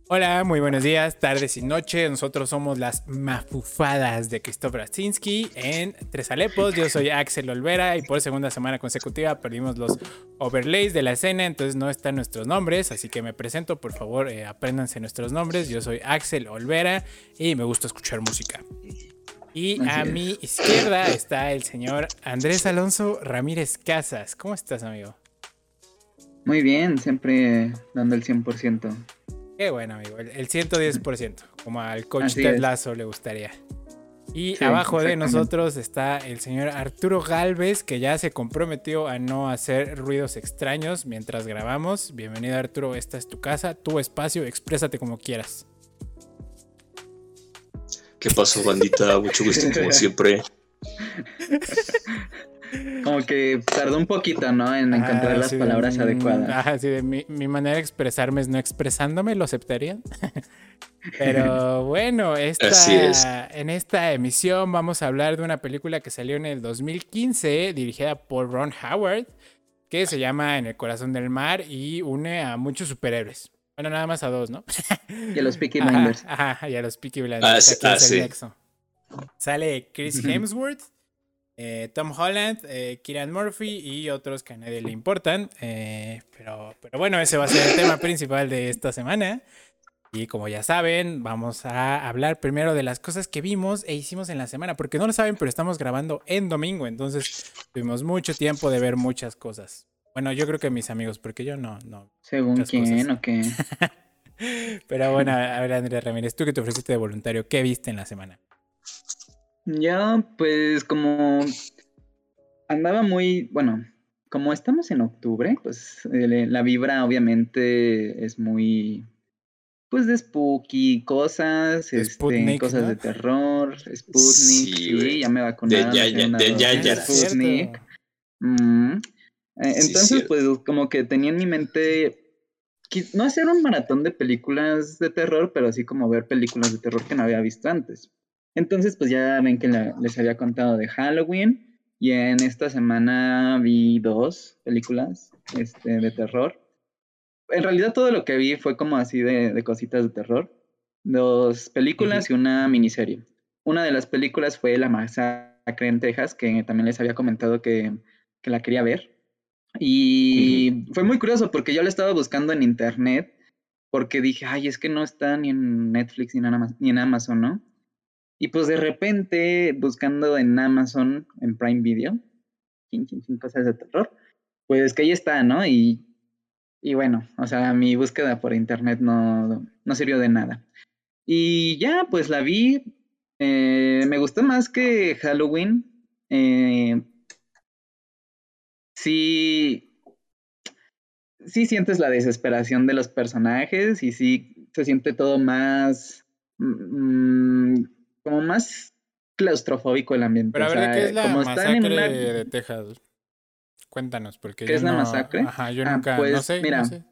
Hola, muy buenos días, tardes y noches. Nosotros somos las mafufadas de Christoph Raczynski en Tres Alepos. Yo soy Axel Olvera y por segunda semana consecutiva perdimos los overlays de la escena, entonces no están nuestros nombres, así que me presento, por favor, apréndanse nuestros nombres. Yo soy Axel Olvera y me gusta escuchar música. Y Así a es. mi izquierda está el señor Andrés Alonso Ramírez Casas. ¿Cómo estás, amigo? Muy bien, siempre dando el 100%. Qué bueno, amigo. El 110%, como al coach Así Ted es. Lasso le gustaría. Y Sí, abajo de exactamente. nosotros está el señor Arturo Galvez, que ya se comprometió a no hacer ruidos extraños mientras grabamos. Bienvenido, Arturo. Esta es tu casa, tu espacio. Exprésate como quieras. ¿Qué pasó, bandita? Mucho gusto, como siempre. Como que tardó un poquito, ¿no? En encontrar las palabras adecuadas. Sí, de mi manera de expresarme es no expresándome, ¿lo aceptarían? Pero bueno, Así es. en esta emisión vamos a hablar de una película que salió en el 2015, dirigida por Ron Howard, que se llama En el corazón del mar y une a muchos superhéroes. Bueno, nada más a dos, ¿no? Y a los Peaky Ajá, Blinders. ajá, y a los Peaky Blinders. Aquí es el Sí. nexo. Sale Chris Hemsworth, Tom Holland, Kieran Murphy y otros que a nadie le importan. Pero bueno, ese va a ser el tema principal de esta semana. Y como ya saben, vamos a hablar primero de las cosas que vimos e hicimos en la semana. Porque no lo saben, pero estamos grabando en domingo. Entonces tuvimos mucho tiempo de ver muchas cosas. Bueno, yo creo que mis amigos, porque yo no. ¿Según Muchas quién cosas. o qué? Pero bueno, a ver, Andrea Ramírez, tú que te ofreciste de voluntario, ¿qué viste en la semana? Yo, pues como andaba muy, bueno, como estamos en octubre, pues la vibra obviamente es muy, pues de spooky, cosas, Sputnik, cosas ¿no? de terror, Sputnik, Sí, sí, güey. ya me vacunaron la segunda Del Ah, dosis de sí, es Yayaras. Sputnik. cierto. Mm. Sí, Entonces, cierto. pues como que tenía en mi mente no hacer un maratón de películas de terror, pero así como ver películas de terror que no había visto antes. Entonces, pues ya ven que les había contado de Halloween y en esta semana vi dos películas de terror. En realidad todo lo que vi fue como así de cositas de terror. Dos Ujú. películas y una miniserie. Una de las películas fue La Masacre en Texas, que también les había comentado que la quería ver. Ujú. Y fue muy curioso porque yo la estaba buscando en internet porque dije, ay, es que no está ni en Netflix ni en Amazon, ¿no? Y pues de repente, buscando en Amazon, en Prime Video, cosas de terror, pues que ahí está, ¿no? Y bueno, o sea, mi búsqueda por internet no sirvió de nada. Y ya, pues la vi. Me gustó más que Halloween. Eh, sí, sí sientes la desesperación de los personajes y sí se siente todo más, mm, como más claustrofóbico el ambiente. Pero O a ver, ¿de qué es sea, la como están en masacre una, de Texas? Cuéntanos, porque ¿qué yo es la no, masacre? ajá, yo Ah, nunca, no pues sé, no mira, sé.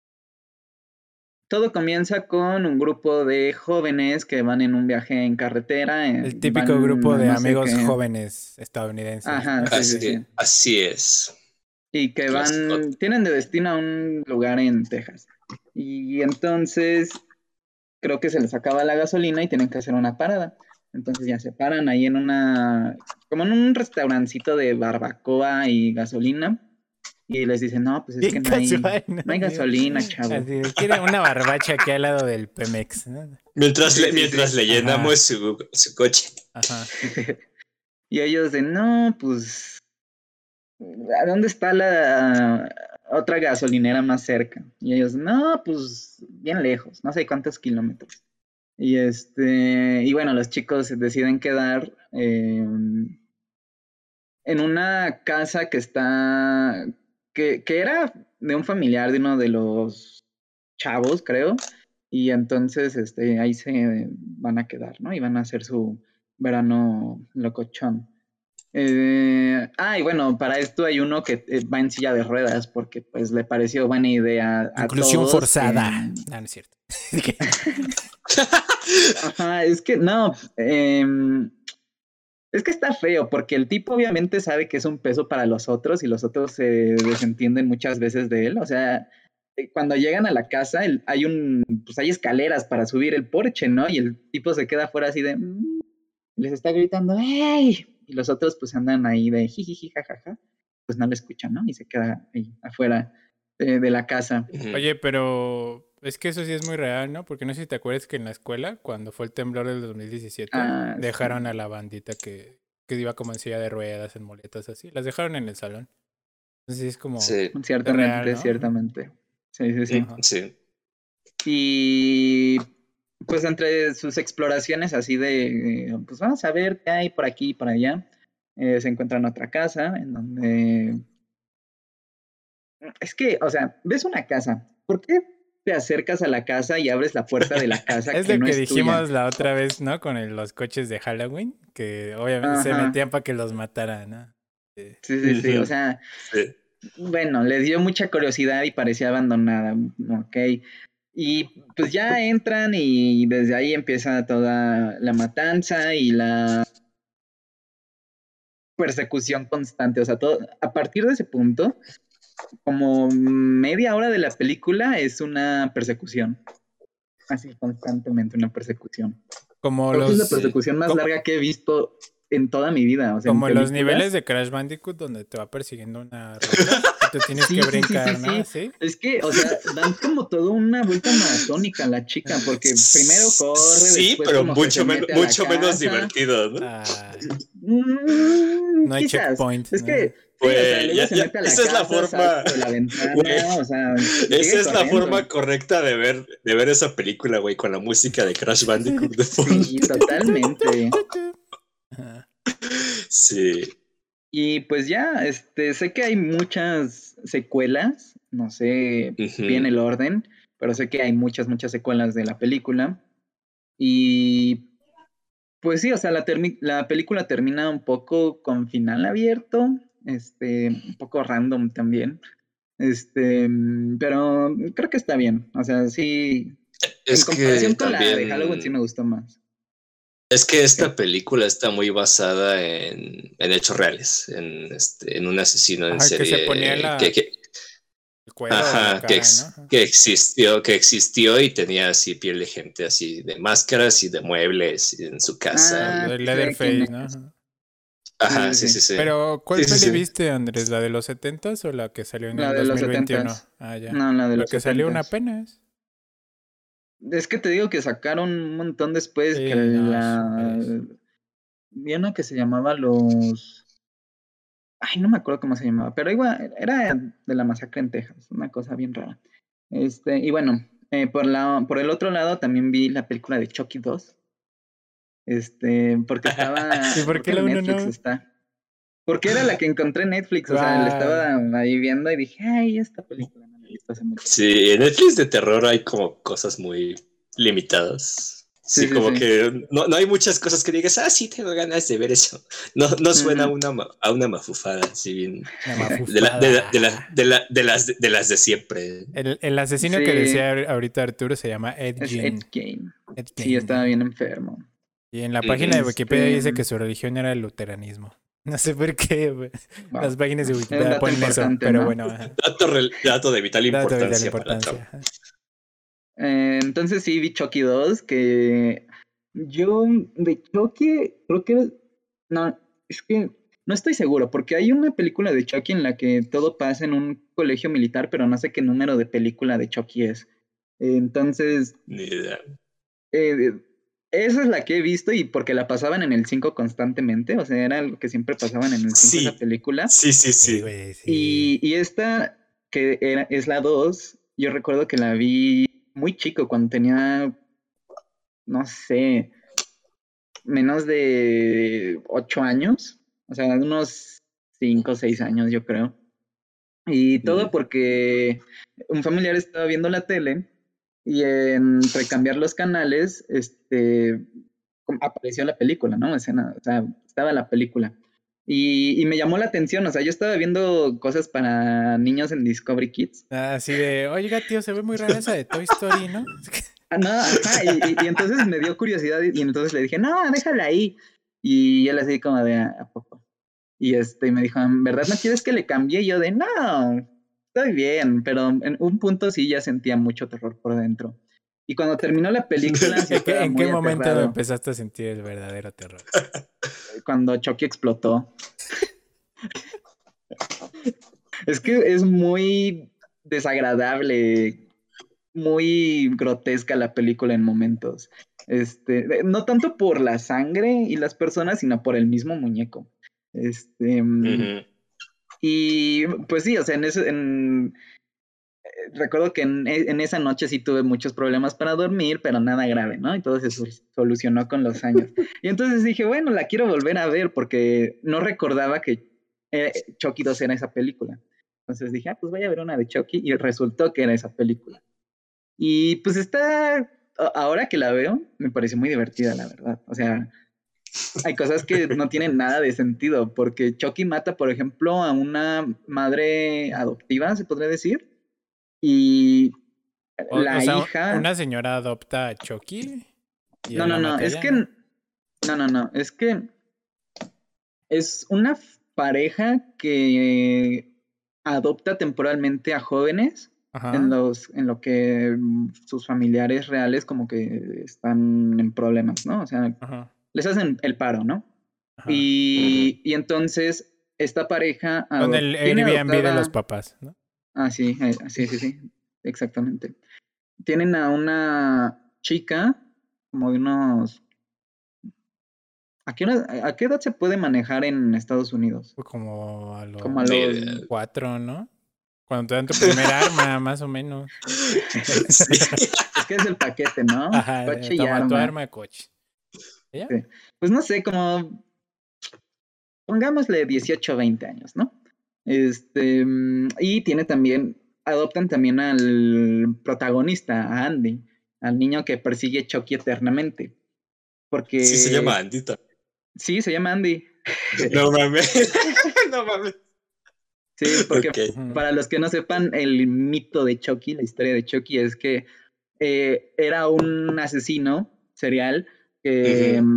todo comienza con un grupo de jóvenes que van en un viaje en carretera, El típico van grupo a de no sé amigos qué. jóvenes estadounidenses, Ajá, ¿no? sí, sí, sí. Así es. Y que Clásico. tienen de destino a un lugar en Texas. Y entonces creo que se les acaba la gasolina y tienen que hacer una parada. Entonces ya se paran ahí como en un restaurancito de barbacoa y gasolina. Y les dicen, no, pues es que Bien casual, ¿no? no hay gasolina, chavo. Así de, quiere una barbacha aquí al lado del Pemex, ¿no? Sí, sí, sí. Mientras le llenamos Ajá, su coche. ajá. Y ellos de, no, pues, ¿a dónde está la otra gasolinera más cerca? Y ellos, no, pues, bien lejos, no sé cuántos kilómetros. Y bueno, los chicos se deciden quedar en una casa que era de un familiar de uno de los chavos, creo, y entonces ahí se van a quedar, ¿no? Y van a hacer su verano locochón. Y bueno, para esto hay uno que va en silla de ruedas porque pues le pareció buena idea a Inclusión todos forzada. que... No, no es cierto. Ajá, es que no, es que está feo porque el tipo obviamente sabe que es un peso para los otros y los otros se desentienden muchas veces de él. O sea, cuando llegan a la casa, hay escaleras para subir el porche, ¿no? Y el tipo se queda afuera así de, les está gritando, ¡ey! Y los otros pues andan ahí de jijiji, jajaja, pues no le escuchan, ¿no? Y se queda ahí afuera de la casa. Oye, pero es que eso sí es muy real, ¿no? Porque no sé si te acuerdas que en la escuela, cuando fue el temblor del 2017, dejaron a la bandita que iba como en silla de ruedas, en muletas así, las dejaron en el salón. Entonces es como Ciertamente, real, ¿no? ciertamente. Sí. Sí. Y pues entre sus exploraciones así de, pues vamos a ver qué hay por aquí y por allá, se encuentran otra casa en donde... Es que, o sea, ves una casa, ¿por qué te acercas a la casa y abres la puerta de la casa Es que lo no que es dijimos tuya? la otra vez, ¿no? Con los coches de Halloween, que obviamente se Ajá. metían para que los mataran, ¿no? Sí, o sea, Sí. bueno, les dio mucha curiosidad y parecía abandonada, ok. Y pues ya entran y desde ahí empieza toda la matanza y la persecución constante, o sea, todo, a partir de ese punto, como media hora de la película es una persecución, así constantemente una persecución. Como Creo que es la los, persecución más larga que he visto en toda mi vida, o sea, como en los películas. niveles de Crash Bandicoot donde te va persiguiendo una ruta y tú tienes que brincar, ¿no? Sí. Es que, o sea, dan como toda una vuelta maratónica a la chica, porque primero corre, Sí, después pero como que se mete a la mucho menos casa. divertido, ¿no? No hay Quizás. checkpoint, Es ¿no? que, sí, o sea, luego se mete a la esa es la casa, forma, salta de la ventana, güey, o sea, y esa sigue es la corriendo. forma correcta de ver esa película, güey, con la música de Crash Bandicoot de fondo. Sí, totalmente. Sí. Y pues ya, sé que hay muchas secuelas, no sé bien el orden, pero sé que hay muchas secuelas de la película. Y pues sí, o sea, la película termina un poco con final abierto, un poco random también. Pero creo que está bien. O sea, sí, en Es comparación que con la de Halloween sí también... me gustó más. Es que esta película está muy basada en hechos reales, en un asesino en Ajá, que se ponía serie el cuero o la cara, ¿no? que existió y tenía así piel de gente así de máscaras y de muebles en su casa. El Sí sé quién Leatherface, es. ¿no? Ajá, sí. Pero, ¿cuál Sí, sí, peli sí. viste, Andrés? ¿La de los 70s o la que salió en La el de los 2021? 70s. Ah, ya. No, la de La los que salió una 70s. apenas. Es que te digo que sacaron un montón después que Sí, no, es- vi una que se llamaba los... Ay, no me acuerdo cómo se llamaba, pero igual era de la masacre en Texas, una cosa bien rara. Y bueno, por el otro lado también vi la película de Chucky 2. Porque ¿Y estaba, por creo qué que la en uno Netflix no? está. Porque era la que encontré en Netflix, o sea, la Guau. estaba ahí viendo y dije, ay, esta película no la he visto hace mucho. Sí, en Netflix de terror hay como cosas muy limitadas. Sí, como Sí. que no hay muchas cosas que digas, sí, tengo ganas de ver eso. No suena Ujú. a una mafufada, así bien. Una mafufada. De las de siempre. El asesino que Sí, decía ahorita Arturo se llama Ed es Ed Gein. Gein. Ed Sí, Gein, estaba ajá. bien enfermo. Y en la página de Ujú. Wikipedia dice que su religión era el luteranismo. No sé por qué, güey. Las Wow. páginas de Es un Wikipedia dato ponen eso, importante, pero ¿no? bueno, ajá. Dato de vital Dato de la importancia para la importancia. trama. Ajá. Entonces sí vi Chucky 2, que yo de Chucky creo que... No, es que no estoy seguro, porque hay una película de Chucky en la que todo pasa en un colegio militar, pero no sé qué número de película de Chucky es. Entonces, Ni idea. eh, esa es la que he visto y porque la pasaban en el 5 constantemente, o sea, era algo que siempre pasaban en el 5 esa Sí, película. Sí, sí. güey, sí. Y esta, es la 2, yo recuerdo que la vi muy chico, cuando tenía, no sé, menos de 8 años, o sea, unos 5 o 6 años, yo creo. Y todo porque un familiar estaba viendo la tele y entre cambiar los canales, apareció la película, ¿no? Escena, o sea, estaba la película. Y me llamó la atención, o sea, yo estaba viendo cosas para niños en Discovery Kids. Así de, oiga, tío, se ve muy rara esa de Toy Story, ¿no? No, ajá, y entonces me dio curiosidad y entonces le dije, no, déjala ahí. Y él así como de, ¿a poco? Y me dijo, ¿en verdad no quieres que le cambie? Y yo de, no. estoy bien, pero en un punto sí ya sentía mucho terror por dentro. Y cuando terminó la película, sí estaba ¿En muy qué momento aterrado. empezaste a sentir el verdadero terror? Cuando Chucky explotó. Es que es muy desagradable, muy grotesca la película en momentos. No tanto por la sangre y las personas, sino por el mismo muñeco. Ujú. Y pues sí, o sea, recuerdo que en esa noche sí tuve muchos problemas para dormir, pero nada grave, ¿no? Y todo se solucionó con los años. Y entonces dije, bueno, la quiero volver a ver porque no recordaba que Chucky 2 era esa película. Entonces dije, pues voy a ver una de Chucky y resultó que era esa película. Y pues ahora que la veo, me pareció muy divertida, la verdad. O sea, hay cosas que no tienen nada de sentido, porque Chucky mata, por ejemplo, a una madre adoptiva, se podría decir, y O la sea, hija... una señora adopta a Chucky y él la No, mata a es ella, que... ¿no? No, es que es una pareja que adopta temporalmente a jóvenes Ajá, en lo que sus familiares reales como que están en problemas, ¿no? O sea, ajá, les hacen el paro, ¿no? ajá. Ujú. Y entonces esta pareja Son el tiene Airbnb de los adoptada... papás, ¿no? Ah, sí, sí, exactamente. Tienen a una chica como de unos... ¿A qué edad se puede manejar en Estados Unidos? Fue como a Como a los Ni los... idea. 4, ¿no? Cuando te dan tu primer arma, más o menos. Sí. Es que es el paquete, ¿no? Ajá, Coche y toma tu arma. arma, coche. ¿Ya? Sí. Pues no sé, como pongámosle 18 o 20 años, ¿no? Y tiene también, adoptan también al protagonista, a Andy, al niño que persigue Chucky eternamente. Sí se llama Porque, Andita. sí, se llama Andy. No mames. No mames. Sí, porque Ok. Ujú. para los que no sepan, el mito de Chucky, la historia de Chucky es que era un asesino serial que Ujú.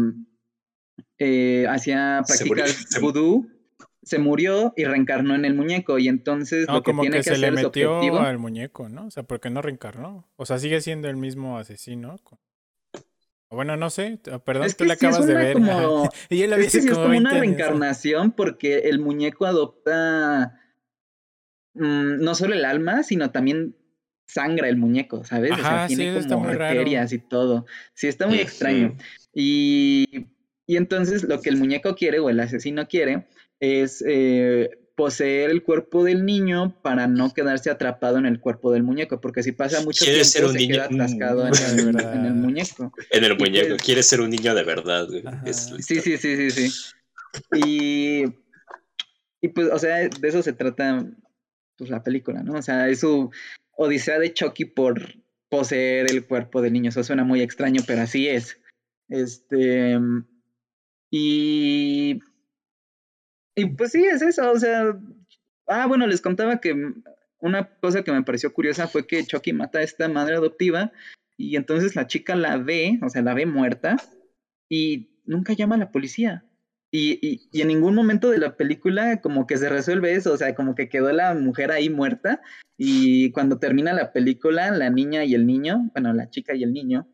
hacía Se murió. prácticas vudú, se murió y reencarnó en el muñeco. Y entonces No, lo que como tiene que que se le hacer su metió objetivo. al muñeco, ¿no? O sea, porque no reencarnó. O sea, sigue siendo el mismo asesino. Bueno, no sé, perdón, Es tú que la sí es acabas de una ver. Ajá. como. Y yo la vi Es que hace sí es como como una 20 años. reencarnación porque el muñeco adopta no solo el alma, sino también sangra el muñeco, ¿sabes? O sea, Ajá, sí, tiene eso está como muy raro. arterias y todo. Sí, está muy extraño. Ujú. Y, y entonces lo que el muñeco quiere o el asesino quiere es poseer el cuerpo del niño para no quedarse atrapado en el cuerpo del muñeco, porque si pasa mucho Quiere ser tiempo un se niño queda Un atascado niño de en el verdad. muñeco. en el Y muñeco. pues, Quiere ser un niño de verdad, güey. Es la Ajá. sí, historia. sí. Y, y pues, o sea, de eso se trata pues la película, ¿no? O sea, es su odisea de Chucky por poseer el cuerpo del niño. Eso suena muy extraño, pero así es. Este, y, y pues sí, es eso, o sea, bueno, les contaba que una cosa que me pareció curiosa fue que Chucky mata a esta madre adoptiva y entonces la chica la ve, o sea, la ve muerta y nunca llama a la policía. Y en ningún momento de la película como que se resuelve eso, o sea, como que quedó la mujer ahí muerta y cuando termina la película, la niña y el niño, bueno, la chica y el niño,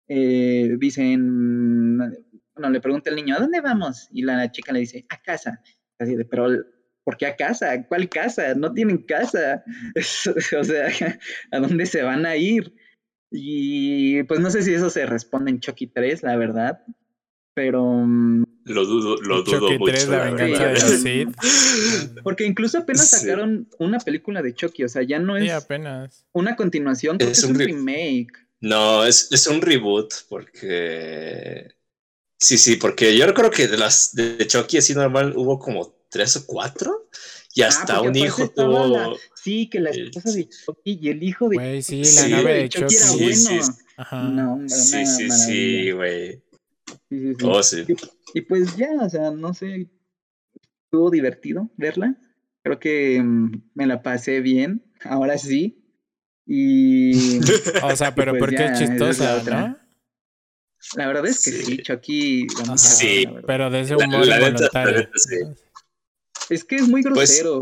dicen, bueno, le pregunta el niño, ¿a dónde vamos? Y la chica le dice, a casa. Así de, pero ¿por qué a casa? ¿Cuál casa? No tienen casa. O sea, ¿a dónde se van a ir? Y pues no sé si eso se responde en Chucky 3, la verdad, pero Lo dudo Chucky 3, mucho, la la venganza sí, verdad. de o los sea, Sith. porque incluso apenas Sí. sacaron una película de Chucky, o sea, ya no Sí, es apenas. una continuación, creo que Es es un un remake. No, es un reboot porque... Sí, porque yo creo que de las de Chucky así normal hubo como 3 o 4 y hasta Porque un aparte hijo estaba tuvo... sí, que la esposa de Chucky y el hijo de Güey, Chucky, sí, la el hijo nave Sí, de de Chucky era sí, Chucky. sí, bueno. No, Ajá. hombre, una sí, maravilla. güey. Sí. Oh, sí. Y pues ya, o sea, no sé, estuvo divertido verla. Creo que me la pasé bien, ahora sí. Y, O sea, y pero pues porque es ya, esa es la chistosa, ¿no? otra. La verdad es que Sí, sí, Chucky da mucha risa, Ajá. sí. la verdad. Pero de ese La, humor la neta, involuntario. sí. Es que es muy Pues grosero.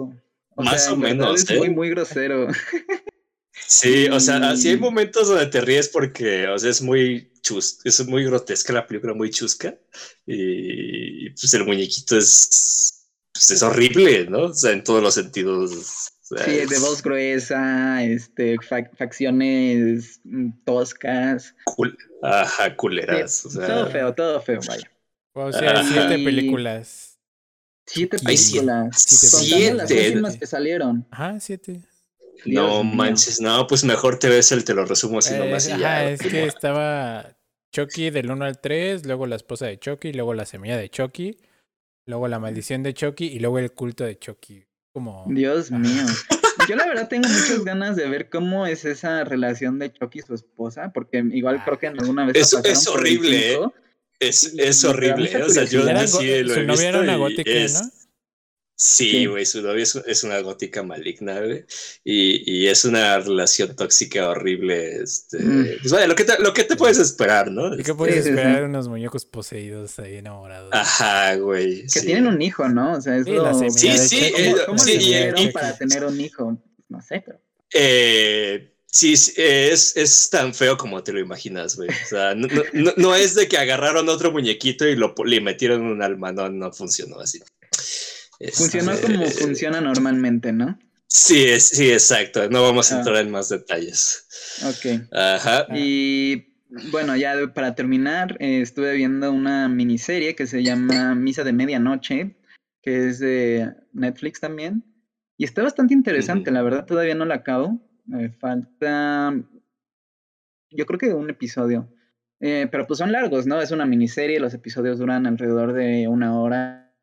O Más sea, o en verdad menos, es muy, muy grosero. Sí, o sea, sí hay Y momentos donde te ríes porque, o sea, es muy es muy grotesca la película, muy chusca. Y pues el muñequito pues, es horrible, ¿no? O sea, en todos los sentidos. O sea, sí, de voz gruesa, facciones toscas. ajá, Sí, culeras. O sea, todo feo, vaya. O sea, siete ajá. Y películas. 7 Hay Chucky. películas, Siete contando películas las de 7. últimas que Chucky. salieron. Ajá, 7. Dios No mío. manches, no, pues mejor te ves te lo resumo así nomás y ya, Ajá, güey. es que estaba Chucky del 1 al 3, luego la esposa de Chucky, luego la semilla de Chucky, luego la maldición de Chucky y luego el culto de Chucky. Como... Dios Ajá. mío. Yo la verdad tengo muchas ganas de ver cómo es esa relación de Chucky y su esposa, porque igual creo que Ah, en alguna vez la pasaron Es por el horrible, ¿eh? 5 Es y me da horrible, mucha ¿eh? O sea, yo curiosidad. sí lo su he novia era visto una y gótica, ¿no? sí, Sí. güey, su novia es una gótica maligna, güey, y es una relación tóxica horrible, Mm, pues vaya, lo que te puedes esperar, ¿no? ¿Y qué puedes sí, sí, esperar sí. de unos muñecos poseídos ahí enamorados? Ajá, güey, Que tienen sí. un hijo, ¿no? O sea, es Sí, la lo... semilla Sí, de sí, Chucky, ¿Cómo la le semilla de hicieron Chucky. para tener un hijo? No sé, pero... sí, sí, es tan feo como te lo imaginas, güey. O sea, no es de que agarraron otro muñequito y le metieron un alma, no funcionó así. Funcionó como Este, funciona normalmente, ¿no? sí, exacto. No vamos a Ah, entrar en más detalles. ok. Ajá. Ah, Y bueno, ya para terminar, estuve viendo una miniserie que se llama Misa de Medianoche, que es de Netflix también. Y está bastante interesante, Ujú. la verdad todavía no la acabo. Falta, yo creo que un episodio. Pero pues son largos, ¿no? Es una miniserie, los episodios duran alrededor de 1 hora,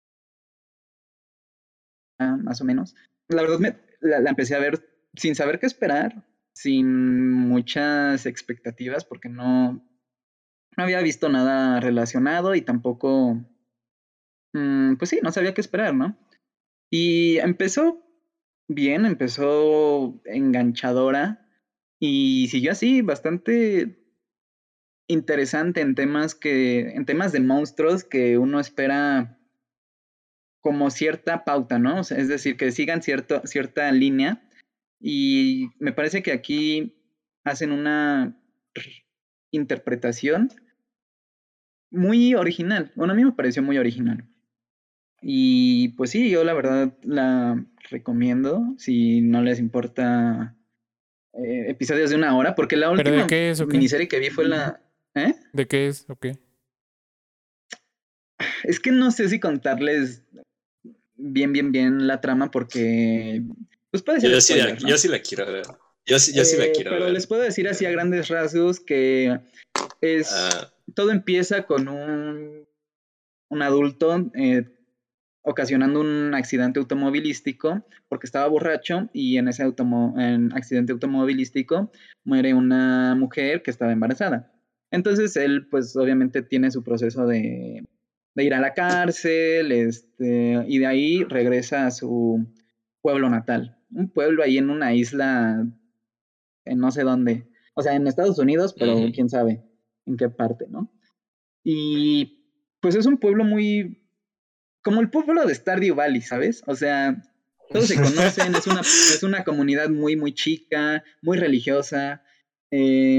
más o menos. La verdad la empecé a ver sin saber qué esperar, sin muchas expectativas, porque no había visto nada relacionado y tampoco, pues sí, no sabía qué esperar, ¿no? Y empezó bien, empezó enganchadora y siguió así, bastante interesante en temas de monstruos que uno espera como cierta pauta, ¿no? O sea, es decir, que sigan cierta línea. Y me parece que aquí hacen una interpretación muy original. Bueno, a mí me pareció muy original. Y pues sí, yo la verdad la recomiendo si no les importa episodios de 1 hora, porque la ¿pero de última qué es o qué? miniserie que vi fue la... ¿Eh? ¿De qué es o qué? Es que no sé si contarles bien la trama porque pues puede ser spoiler, Yo ¿no? sí la quiero ver. Yo sí la quiero Pero les ver. puedo decir así a grandes rasgos que es Ah, todo empieza con un adulto ocasionando un accidente automovilístico porque estaba borracho y en ese accidente automovilístico muere una mujer que estaba embarazada. Entonces él pues obviamente tiene su proceso de ir a la cárcel y de ahí regresa a su pueblo natal, un pueblo ahí en una isla en no sé dónde, o sea, en Estados Unidos, pero ujú. quién sabe en qué parte, ¿no? Y pues es un pueblo muy, como el pueblo de Stardew Valley, ¿sabes? O sea, todos se conocen, es una comunidad muy, muy chica, muy religiosa, eh,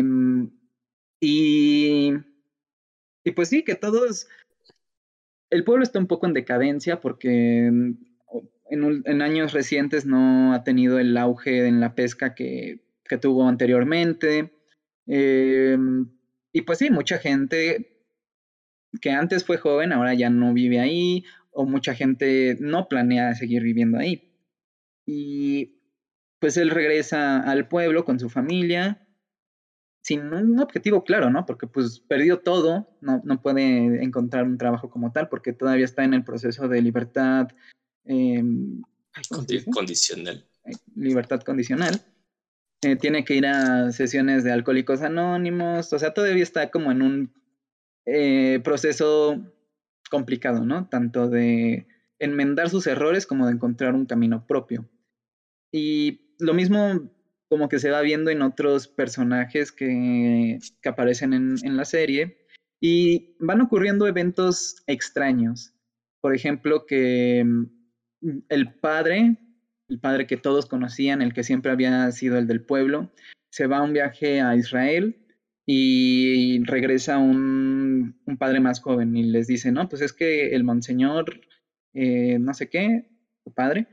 y, y pues sí, que todos, el pueblo está un poco en decadencia porque en años recientes no ha tenido el auge en la pesca que tuvo anteriormente. Eh, y pues sí, mucha gente que antes fue joven ahora ya no vive ahí, o mucha gente no planea seguir viviendo ahí. Y pues él regresa al pueblo con su familia sin un objetivo claro, ¿no? Porque pues perdió todo, no puede encontrar un trabajo como tal porque todavía está en el proceso de libertad, ¿cómo se dice? Condicional. Libertad condicional. Tiene que ir a sesiones de Alcohólicos Anónimos, o sea, todavía está como en un proceso complicado, ¿no? Tanto de enmendar sus errores como de encontrar un camino propio. Y lo mismo como que se va viendo en otros personajes que aparecen en la serie y van ocurriendo eventos extraños. Por ejemplo, que el padre el padre que todos conocían, el que siempre había sido el del pueblo, se va a un viaje a Israel y regresa un padre más joven y les dice, no, pues es que el monseñor, no sé qué, tu padre,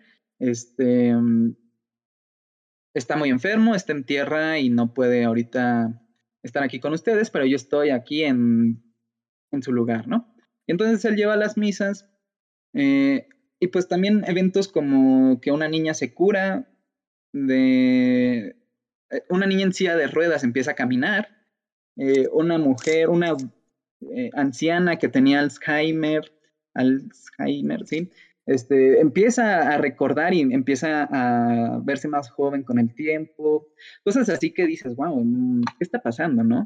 está muy enfermo, está en tierra y no puede ahorita estar aquí con ustedes, pero yo estoy aquí en su lugar, ¿no? Y entonces él lleva las misas y pues también eventos como que una niña se cura de... Una niña en silla de ruedas empieza a caminar, una mujer, una anciana que tenía Alzheimer, ¿sí? Empieza a recordar y empieza a verse más joven con el tiempo, cosas así que dices, wow, ¿qué está pasando, no?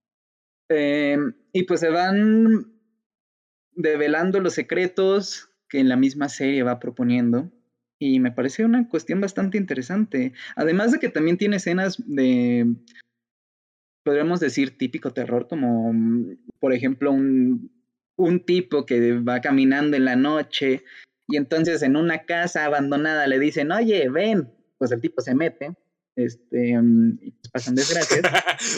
Y pues se van develando los secretos que en la misma serie va proponiendo. Y me parece una cuestión bastante interesante. Además de que también tiene escenas de, podríamos decir, típico terror, como por ejemplo un tipo que va caminando en la noche y entonces en una casa abandonada le dicen, oye, ven, pues el tipo se mete, y pues pasan desgracias.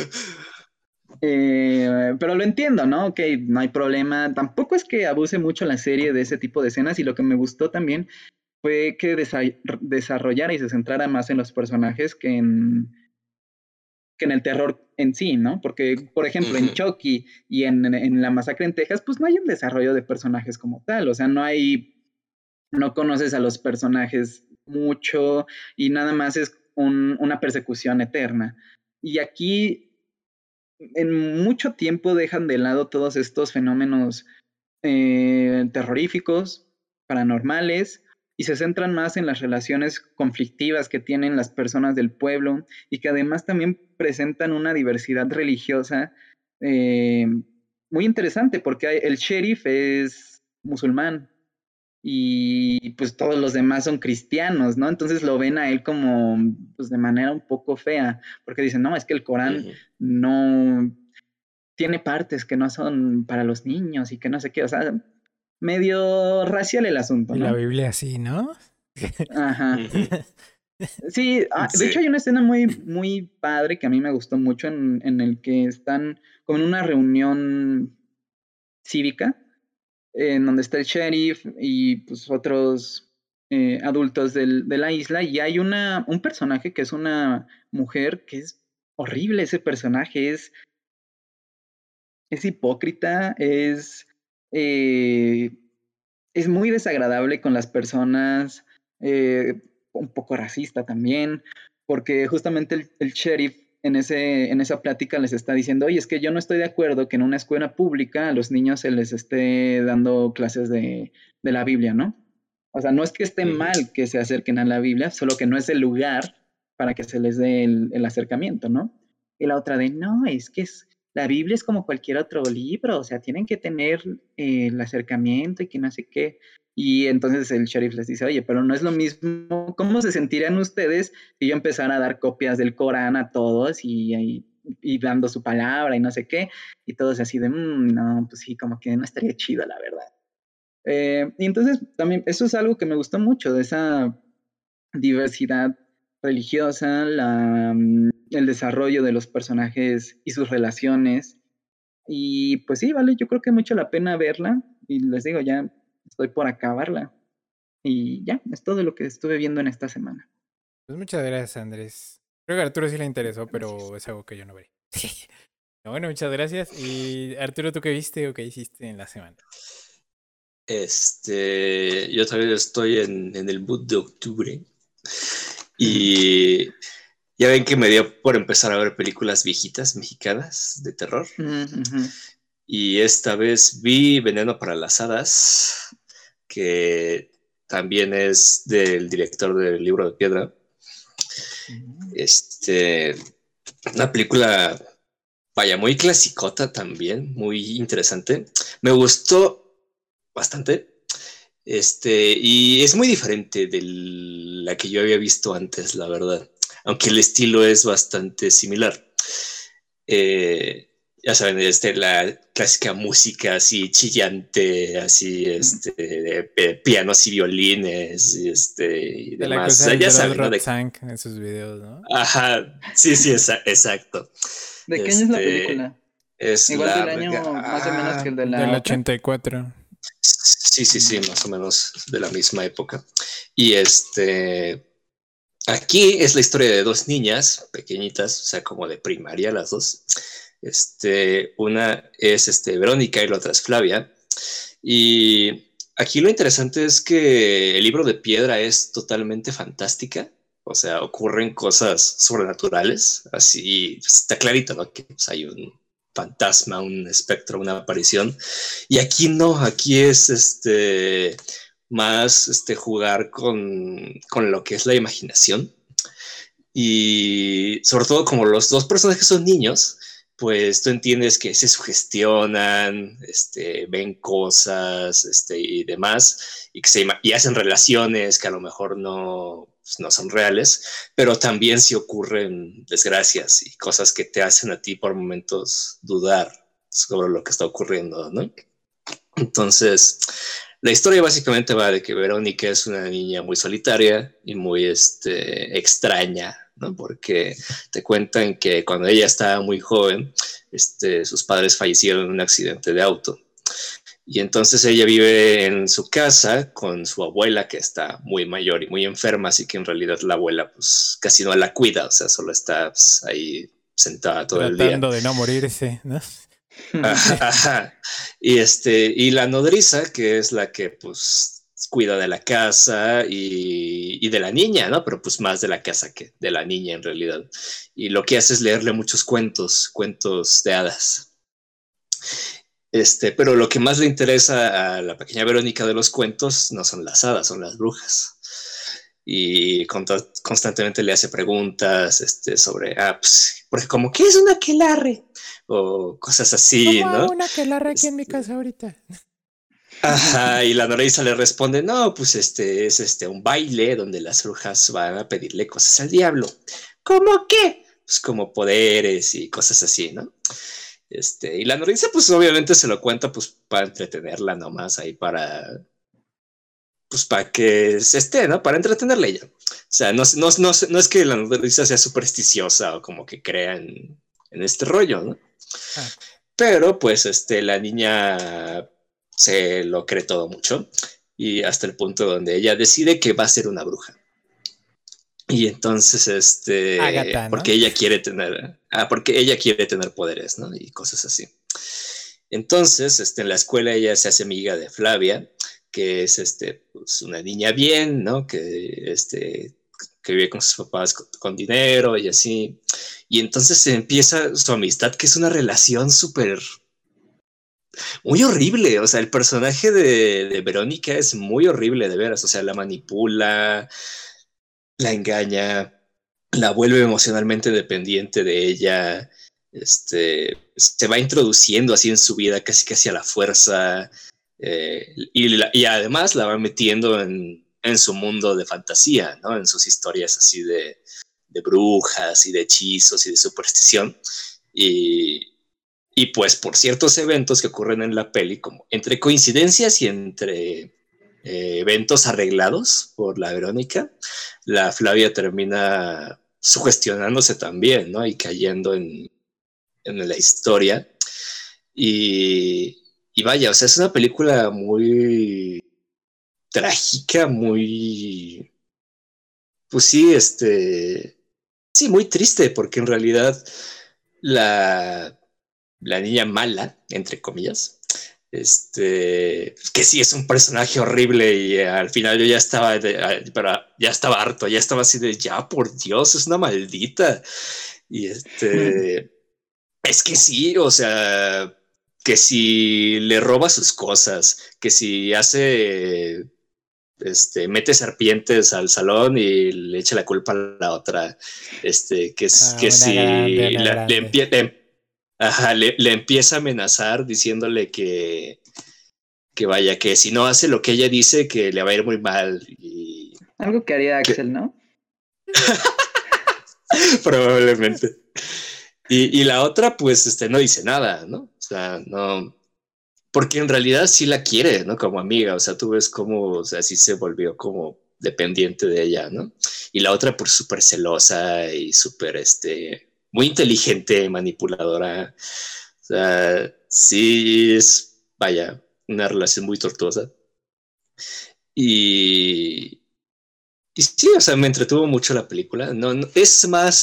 Pero lo entiendo, ¿no? Ok, no hay problema. Tampoco es que abuse mucho la serie de ese tipo de escenas y lo que me gustó también fue que desarrollara y se centrara más en los personajes que en el terror en sí, ¿no? Porque, por ejemplo, en Chucky y en La Masacre en Texas, pues no hay un desarrollo de personajes como tal, o sea, no conoces a los personajes mucho y nada más es una persecución eterna. Y aquí en mucho tiempo dejan de lado todos estos fenómenos terroríficos, paranormales, y se centran más en las relaciones conflictivas que tienen las personas del pueblo y que además también presentan una diversidad religiosa muy interesante, porque el sheriff es musulmán y pues todos los demás son cristianos, ¿no? Entonces lo ven a él como pues de manera un poco fea, porque dicen, no, es que el Corán no tiene partes que no son para los niños y que no sé qué, o sea, medio racial el asunto, Y ¿no? la Biblia sí, ¿no? Ajá. Sí, de hecho Sí. hay una escena muy, muy padre que a mí me gustó mucho en el que están como en una reunión cívica, en donde está el sheriff y pues otros adultos de la isla y hay un personaje que es una mujer que es horrible ese personaje, es hipócrita, eh, es muy desagradable con las personas, un poco racista también, porque justamente el sheriff en esa plática les está diciendo, oye, es que yo no estoy de acuerdo que en una escuela pública a los niños se les esté dando clases de la Biblia, ¿no? O sea, no es que esté mal que se acerquen a la Biblia, solo que no es el lugar para que se les dé el acercamiento, ¿no? Y la otra de, no, es que la Biblia es como cualquier otro libro, o sea, tienen que tener el acercamiento y que no sé qué. Y entonces el sheriff les dice, oye, pero no es lo mismo, ¿cómo se sentirían ustedes si yo empezara a dar copias del Corán a todos y dando su palabra y no sé qué? Y todos así de, no, pues sí, como que no estaría chido, la verdad. Y entonces también eso es algo que me gustó mucho, de esa diversidad religiosa, el desarrollo de los personajes y sus relaciones. Y pues sí, vale, yo creo que mucho la pena verla. Y les digo, ya estoy por acabarla. Y ya, es todo lo que estuve viendo en esta semana. Pues muchas gracias, Andrés. Creo que a Arturo sí le interesó, pero Gracias. es algo que yo no veré. Bueno, muchas gracias. Y Arturo, ¿tú qué viste o qué hiciste en la semana? Yo también estoy en el mood de octubre. Y ya ven que me dio por empezar a ver películas viejitas mexicanas de terror. Y esta vez vi Veneno para las Hadas, que también es del director del Libro de Piedra. Una película, vaya, muy clasicota también, muy interesante. Me gustó bastante. Y es muy diferente de la que yo había visto antes, la verdad. Aunque el estilo es bastante similar. ya saben, la clásica música así chillante, así, pianos y violines, y De la demás. O cosa sea, del ya Dross saben, ¿no? Rotzank en sus videos, ¿no? Ajá, sí, sí, exacto. ¿De qué año es la película? Es Igual del año más o menos que el de Del la otra. 84. sí, más o menos de la misma época. Y aquí es la historia de dos niñas pequeñitas, o sea, como de primaria las dos. Una es Verónica y la otra es Flavia. Y aquí lo interesante es que el libro de piedra es totalmente fantástica. O sea, ocurren cosas sobrenaturales. Así está clarito, ¿no? Que pues, hay un fantasma, un espectro, una aparición. Y aquí no, aquí es más jugar con lo que es la imaginación. Y sobre todo como los dos personajes son niños, pues tú entiendes que se sugestionan, ven cosas y demás, y hacen relaciones que a lo mejor no, pues, no son reales, pero también sí ocurren desgracias y cosas que te hacen a ti por momentos dudar sobre lo que está ocurriendo, ¿no? Entonces, la historia básicamente va de que Verónica es una niña muy solitaria y muy extraña, ¿no? Porque te cuentan que cuando ella estaba muy joven, sus padres fallecieron en un accidente de auto. Y entonces ella vive en su casa con su abuela, que está muy mayor y muy enferma, así que en realidad la abuela pues casi no la cuida, o sea, solo está pues, ahí sentada todo el día. Tratando de no morirse, ¿no? Ajá. Y la nodriza, que es la que pues cuida de la casa y de la niña, ¿no? Pero pues más de la casa que de la niña en realidad. Y lo que hace es leerle muchos cuentos de hadas. Pero lo que más le interesa a la pequeña Verónica de los cuentos no son las hadas, son las brujas. Y constantemente le hace preguntas sobre, pues, porque como, ¿qué es una aquelarre? O cosas así, ¿Cómo ¿no? hago una aquelarre aquí en mi casa ahorita? Ajá, y la nodriza le responde, no, pues es un baile donde las brujas van a pedirle cosas al diablo. ¿Cómo qué? Pues como poderes y cosas así, ¿no? Y la nodriza pues obviamente se lo cuenta pues para entretenerla nomás ahí pues para que se esté, ¿no? Para entretenerla ella. O sea, no es que la nodriza sea supersticiosa o como que crea en este rollo, ¿no? Ah, Pero pues la niña se lo cree todo mucho y hasta el punto donde ella decide que va a ser una bruja. Y entonces, Agatha, ¿no? porque ella quiere tener poderes, ¿no? Y cosas así. Entonces, en la escuela ella se hace amiga de Flavia, que es pues una niña bien, ¿no? Que vive con sus papás con dinero y así. Y entonces se empieza su amistad, que es una relación súper muy horrible. O sea, el personaje de Verónica es muy horrible, de veras. O sea, la manipula, la engaña, la vuelve emocionalmente dependiente de ella. Se va introduciendo así en su vida casi a la fuerza. Y además la va metiendo en su mundo de fantasía, ¿no? En sus historias así de brujas y de hechizos y de superstición. Y, y pues por ciertos eventos que ocurren en la peli, como entre coincidencias y entre eventos arreglados por la Verónica, la Flavia termina sugestionándose también, ¿no? Y cayendo en la historia. Y, y vaya, o sea, es una película muy trágica, muy, pues sí, sí, muy triste, porque en realidad la, la niña mala, entre comillas, que sí es un personaje horrible y al final yo ya estaba, pero ya estaba harto, ya estaba así de, ya por Dios, es una maldita. Y es que sí, o sea, que si le roba sus cosas, que si hace, mete serpientes al salón y le echa la culpa a la otra, que Una grande, si una grande. le empieza a amenazar diciéndole que vaya, que si no hace lo que ella dice, que le va a ir muy mal. Y Algo que haría Axel, ¿no? probablemente. Y la otra, pues, no dice nada, ¿no? O sea, no, porque en realidad sí la quiere, ¿no? Como amiga, o sea, tú ves cómo, o sea, sí se volvió como dependiente de ella, ¿no? Y la otra, pues, súper celosa y súper, muy inteligente, manipuladora. O sea, sí es, vaya, una relación muy tortuosa. Y, y sí, o sea, me entretuvo mucho la película. Es más,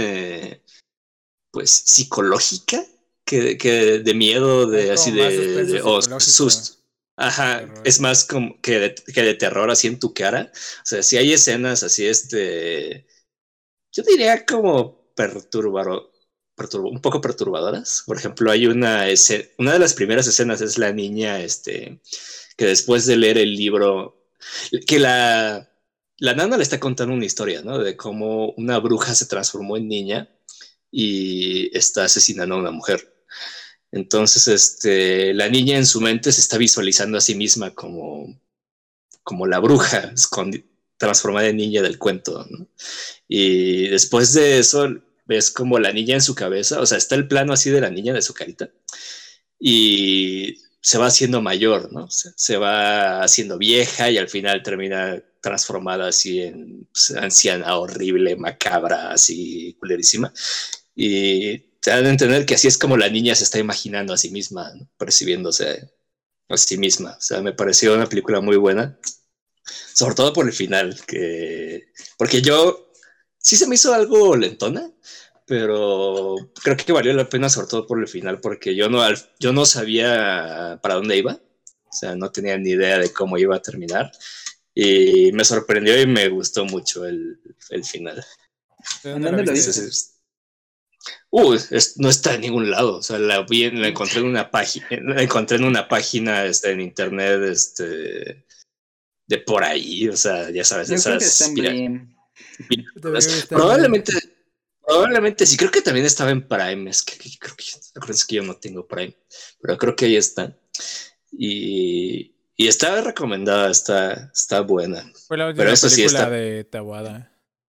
pues, psicológica que de miedo, Es de como así más suspenso o psicológico. susto. Ajá, Terror. es más como que de terror así en tu cara. O sea, si hay escenas así, yo diría como un poco perturbadoras. Por ejemplo, hay una de las primeras escenas es la niña, que después de leer el libro, que la nana le está contando una historia, ¿no? De cómo una bruja se transformó en niña y está asesinando a una mujer. Entonces, la niña en su mente se está visualizando a sí misma como la bruja transformada en niña del cuento, ¿no? Y después de eso, ves como la niña en su cabeza, o sea, está el plano así de la niña de su carita, y se va haciendo mayor, ¿no? Se va haciendo vieja y al final termina transformada así en pues, anciana horrible, macabra, así culerísima. Y te dan a entender que así es como la niña se está imaginando a sí misma, ¿no? Percibiéndose a sí misma. O sea, me pareció una película muy buena, sobre todo por el final, porque yo sí se me hizo algo lentona, pero creo que valió la pena sobre todo por el final, porque yo no sabía para dónde iba, o sea, no tenía ni idea de cómo iba a terminar, y me sorprendió y me gustó mucho el final. ¿De ¿En dónde la dónde lo viste? viste? Entonces, no está en ningún lado, o sea, la encontré en una página, en internet, de por ahí, o sea, ya sabes, Yo creo que está esas en Blim. Debería estar bien. Probablemente, probablemente sí, creo que también estaba en Prime, es que creo que, acuérdense que yo no tengo Prime, pero creo que ahí está. Y está recomendada, está buena. Fue la Pero última eso sí, película de Tawada.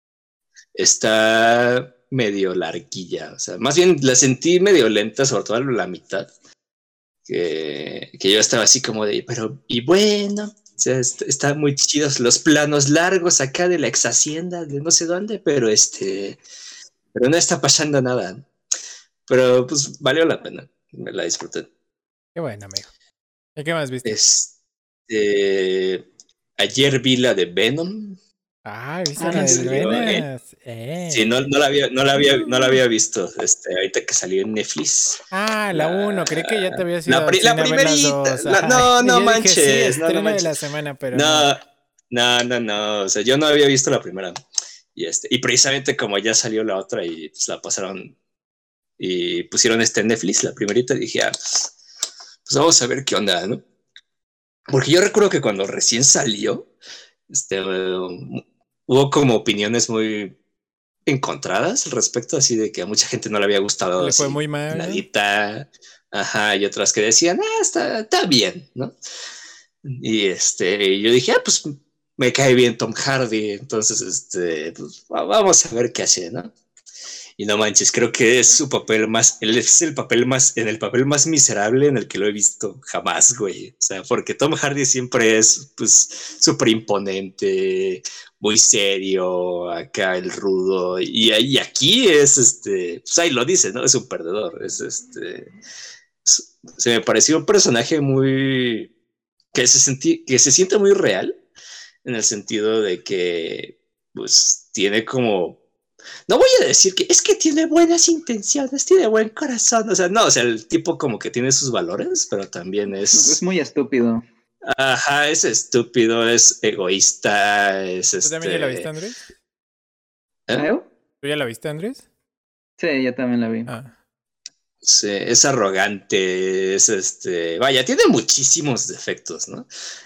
está medio larguilla, o sea, más bien la sentí medio lenta, sobre todo a la mitad, que yo estaba así como de, pero, y bueno, o sea, están muy chidos los planos largos acá de la ex hacienda de no sé dónde, pero no está pasando nada. Pero pues valió la pena, me la disfruté. Qué bueno, amigo. ¿Y qué más viste? Ayer vi la de Venom, Ah, ¿viste Ah, la no te del salió, Venas? sí, no la había visto, ahorita que salió en Netflix. Ah, la uno. Creí que ya te habías ido La, al la cine a ver las primerita, dos. Ajá. no, Y no yo dije, sí, manches, no, no estreno de la manches. semana, pero no. No, no, o sea, yo no había visto la primera. Y precisamente como ya salió la otra y pues la pasaron y pusieron en Netflix, la primerita, dije, pues vamos a ver qué onda, ¿no? Porque yo recuerdo que cuando recién salió, hubo como opiniones muy encontradas al respecto, así de que a mucha gente no le había gustado Le fue así muy mal, ¿no? nadita, ajá, y otras que decían, está bien, ¿no? Y yo dije, pues me cae bien Tom Hardy, entonces, pues, vamos a ver qué hace, ¿no? Y no manches, creo que es su papel más, él es el papel más miserable en el que lo he visto jamás, güey. O sea, porque Tom Hardy siempre es, pues, súper imponente, muy serio, acá el rudo. Y aquí es, pues ahí lo dice, ¿no? Es un perdedor. Se me pareció un personaje muy, que se siente muy real, en el sentido de que, pues, tiene como no voy a decir que es que tiene buenas intenciones, tiene buen corazón, o sea, no, o sea, el tipo como que tiene sus valores, pero también Es muy estúpido. ajá, es estúpido, es egoísta, es ¿Tú también ya la viste, Andrés? ¿eh? ¿Eh? ¿Tú ya la viste, Andrés? Sí, yo también la vi. Ah. Sí, es arrogante, es vaya, tiene muchísimos defectos, ¿no?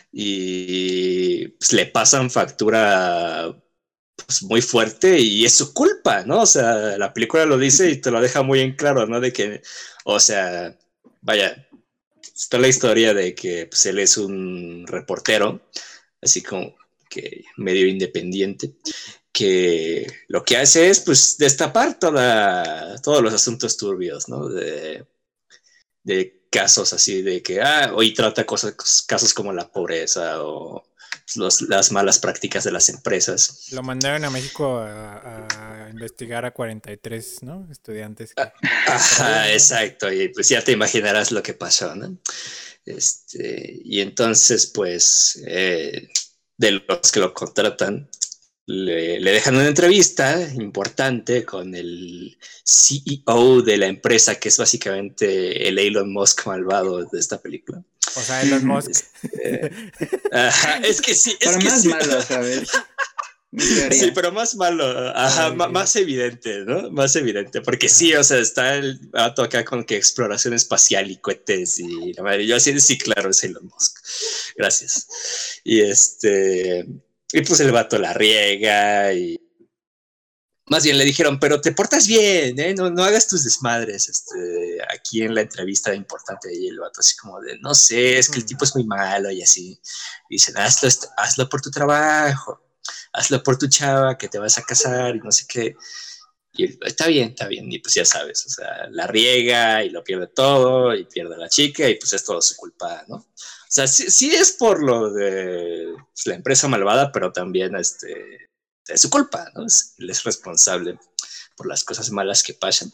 Y pues, le pasan factura pues, muy fuerte y es su culpa, ¿no? O sea, la película lo dice y te lo deja muy en claro, ¿no? De que, o sea, vaya, está la historia de que pues, él es un reportero, así como que medio independiente, que lo que hace es pues destapar todos los asuntos turbios, ¿no? De casos así de que, hoy trata casos como la pobreza o las malas prácticas de las empresas. Lo mandaron a México a investigar a 43, ¿no? Estudiantes. Ajá, exacto. Y pues ya te imaginarás lo que pasó, ¿no? Y entonces, pues, de los que lo contratan, le dejan una entrevista importante con el CEO de la empresa, que es básicamente el Elon Musk malvado de esta película. O sea, Elon Musk. Ajá, es que sí. Pero más sí. malo, ¿sabes? Sí, pero más malo, ajá, más evidente, ¿no? Más evidente, porque sí, o sea, está el vato acá con que exploración espacial y cohetes y la madre. Yo así de sí, claro, es Elon Musk. Gracias. Y pues el vato la riega y más bien le dijeron, pero te portas bien, ¿eh? No hagas tus desmadres, aquí en la entrevista importante, y el vato así como de, no sé, es que el tipo es muy malo y así. Y dicen, hazlo por tu trabajo, hazlo por tu chava, que te vas a casar y no sé qué. Y está bien, y pues ya sabes, o sea, la riega y lo pierde todo y pierde a la chica y pues es todo su culpa, ¿no? O sea, sí es por lo de pues, la empresa malvada, pero también es su culpa, ¿no? Él es responsable por las cosas malas que pasan.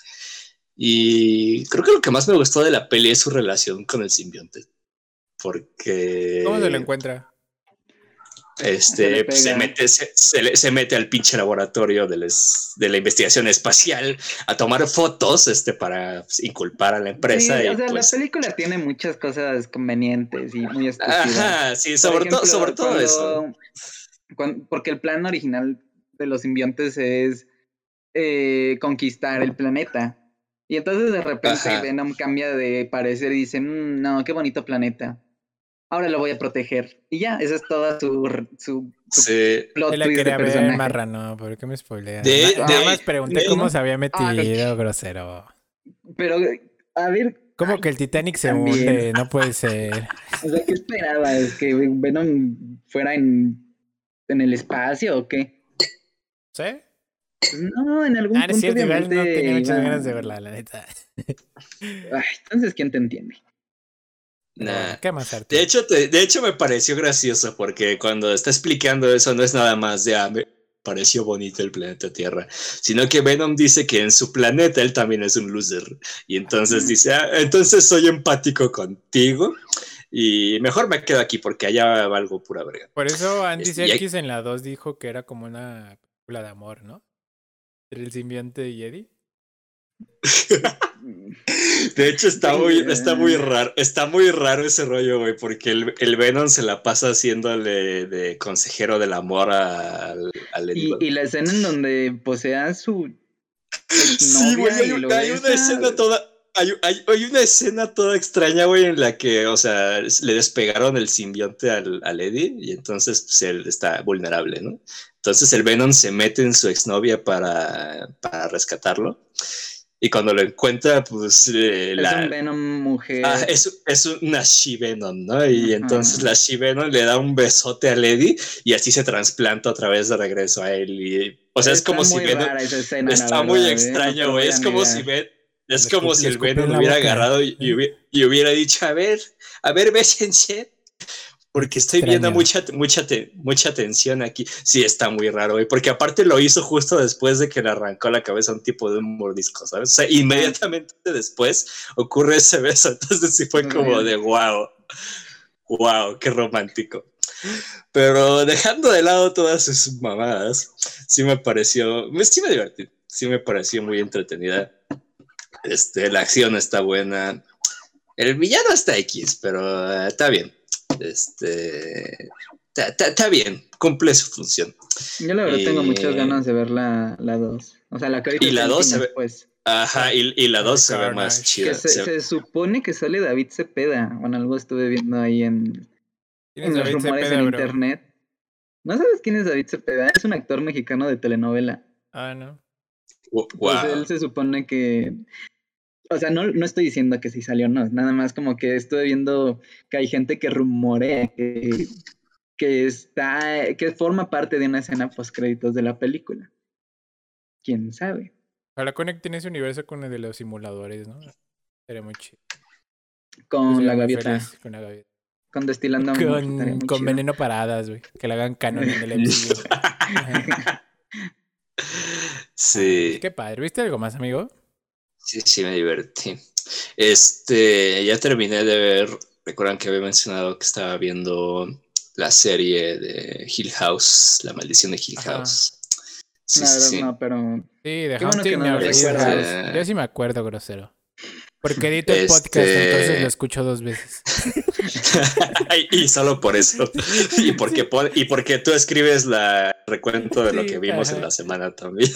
Y creo que lo que más me gustó de la peli es su relación con el simbionte. Porque... ¿Cómo se lo encuentra? Pues se mete al pinche laboratorio de la investigación espacial a tomar fotos para pues, inculpar a la empresa. Sí, y, o sea, pues, la película tiene muchas cosas convenientes y muy estúpidas. Ajá, sí, sobre todo eso. Porque el plan original de los simbiontes es conquistar el planeta. Y entonces de repente Venom cambia de parecer y dice, no, qué bonito planeta. Ahora lo voy a proteger. Y ya, esa es toda su plot twist de personaje. Marrano, ¿por qué me spoileas? Nada más pregunté cómo se había metido, grosero. Pero, a ver... ¿Cómo que el Titanic se hunde? No puede ser. O sea, ¿qué esperabas? ¿Que Venom fuera en el espacio o qué? ¿Sí? Pues no, en algún punto cierto, obviamente igual no tenía muchas ganas de verla, la neta. Entonces, ¿quién te entiende? Nah. ¿Qué más, Arturo? De hecho, me pareció gracioso porque cuando está explicando eso no es nada más de me pareció bonito el planeta Tierra, sino que Venom dice que en su planeta él también es un loser y entonces dice, entonces soy empático contigo y mejor me quedo aquí porque allá valgo pura verga. Por eso Andy Serkis en la 2 dijo que era como una película de amor, ¿no? Entre el simbionte y Eddie. De hecho está muy raro ese rollo, güey, porque el Venom se la pasa haciéndole de consejero del amor al Eddie. Y la escena en donde posea su sí, güey, hay una escena toda hay una escena toda extraña, güey, en la que, o sea, le despegaron el simbionte al Eddie y entonces pues, él está vulnerable, ¿no? Entonces el Venom se mete en su exnovia para rescatarlo. Y cuando lo encuentra, pues... es un Venom mujer. Es una She-Venom, ¿no? Y entonces la She-Venom le da un besote a Lady y así se trasplanta otra vez de regreso a él. O sea, es como si Venom... Está muy extraño, güey. Es como si el Venom lo hubiera agarrado y hubiera dicho, a ver, bésense. Porque estoy viendo mucha tensión aquí. Sí, está muy raro, güey. Porque aparte lo hizo justo después de que le arrancó la cabeza a un tipo de un mordisco, ¿sabes? O sea, inmediatamente después ocurre ese beso. Entonces sí fue como de wow, qué romántico. Pero dejando de lado todas sus mamadas, sí me divertí. Sí me pareció muy entretenida. La acción está buena. El villano está X, pero está bien. Está bien, cumple su función. Yo la verdad tengo muchas ganas de ver la 2. O sea, la que ahorita y la 2 se ve, pues. Ajá, y la 2 se ve más chida. Se supone que sale David Cepeda. Bueno, algo estuve viendo ahí en los rumores en internet. ¿No sabes quién es David Cepeda? Es un actor mexicano de telenovela. No. Wow. Pues él se supone que... O sea, no estoy diciendo que sí salió, no. Nada más como que estuve viendo que hay gente que rumorea que que forma parte de una escena postcréditos de la película. ¿Quién sabe? Ojalá conecten ese universo con el de los simuladores, ¿no? Sería muy chido. Yo Con sería la muy gaviota. feliz con la gaviota. Con Destilando Amor. estaría muy Con chido. Veneno Paradas, güey. Que le hagan canon en el MCU. Sí. Qué padre. ¿Viste algo más, amigo? Sí, me divertí. Ya terminé de ver. Recuerdan que había mencionado que estaba viendo la serie de Hill House, La Maldición de Hill House. Sí, La verdad, sí. no, pero. Sí, The Qué bueno que Haunting no of lo Hill recuerdas. House. Yo sí me acuerdo, grosero. Porque edito el podcast, entonces lo escucho 2 veces. Y solo por eso. Y porque tú escribes el recuento de lo que vimos en la semana también.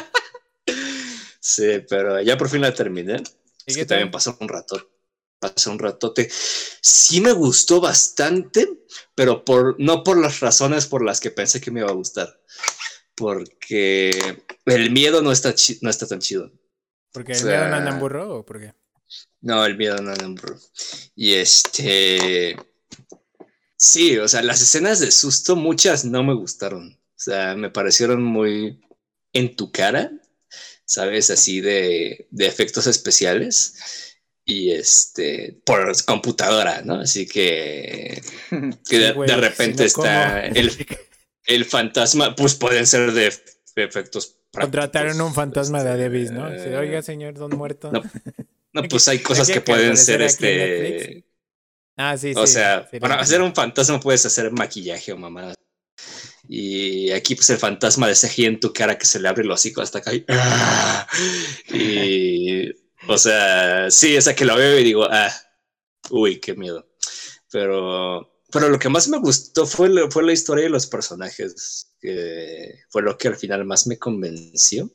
Sí, pero ya por fin la terminé. Es que también pasó un ratote. Sí me gustó bastante, pero no por las razones por las que pensé que me iba a gustar. Porque el miedo no está tan chido. ¿Porque el miedo no anda en burro o por qué? No, el miedo no anda en burro. Y sí, o sea, las escenas de susto, muchas no me gustaron. O sea, me parecieron muy en tu cara, ¿sabes? Así de efectos especiales. Y por computadora, ¿no? Así que Sí, de repente si no, está el fantasma, pues pueden ser de efectos prácticos. Contrataron un fantasma de Adebis, ¿no? Oiga, señor Don Muerto. No, pues hay cosas que pueden ser sí. O sea, para hacer un fantasma puedes hacer maquillaje o mamadas. Y aquí pues el fantasma de CGI en tu cara que se le abre el hocico hasta acá. Y o sea, sí, o sea que lo veo y digo, uy, qué miedo. Pero lo que más me gustó fue la historia de los personajes, que fue lo que al final más me convenció.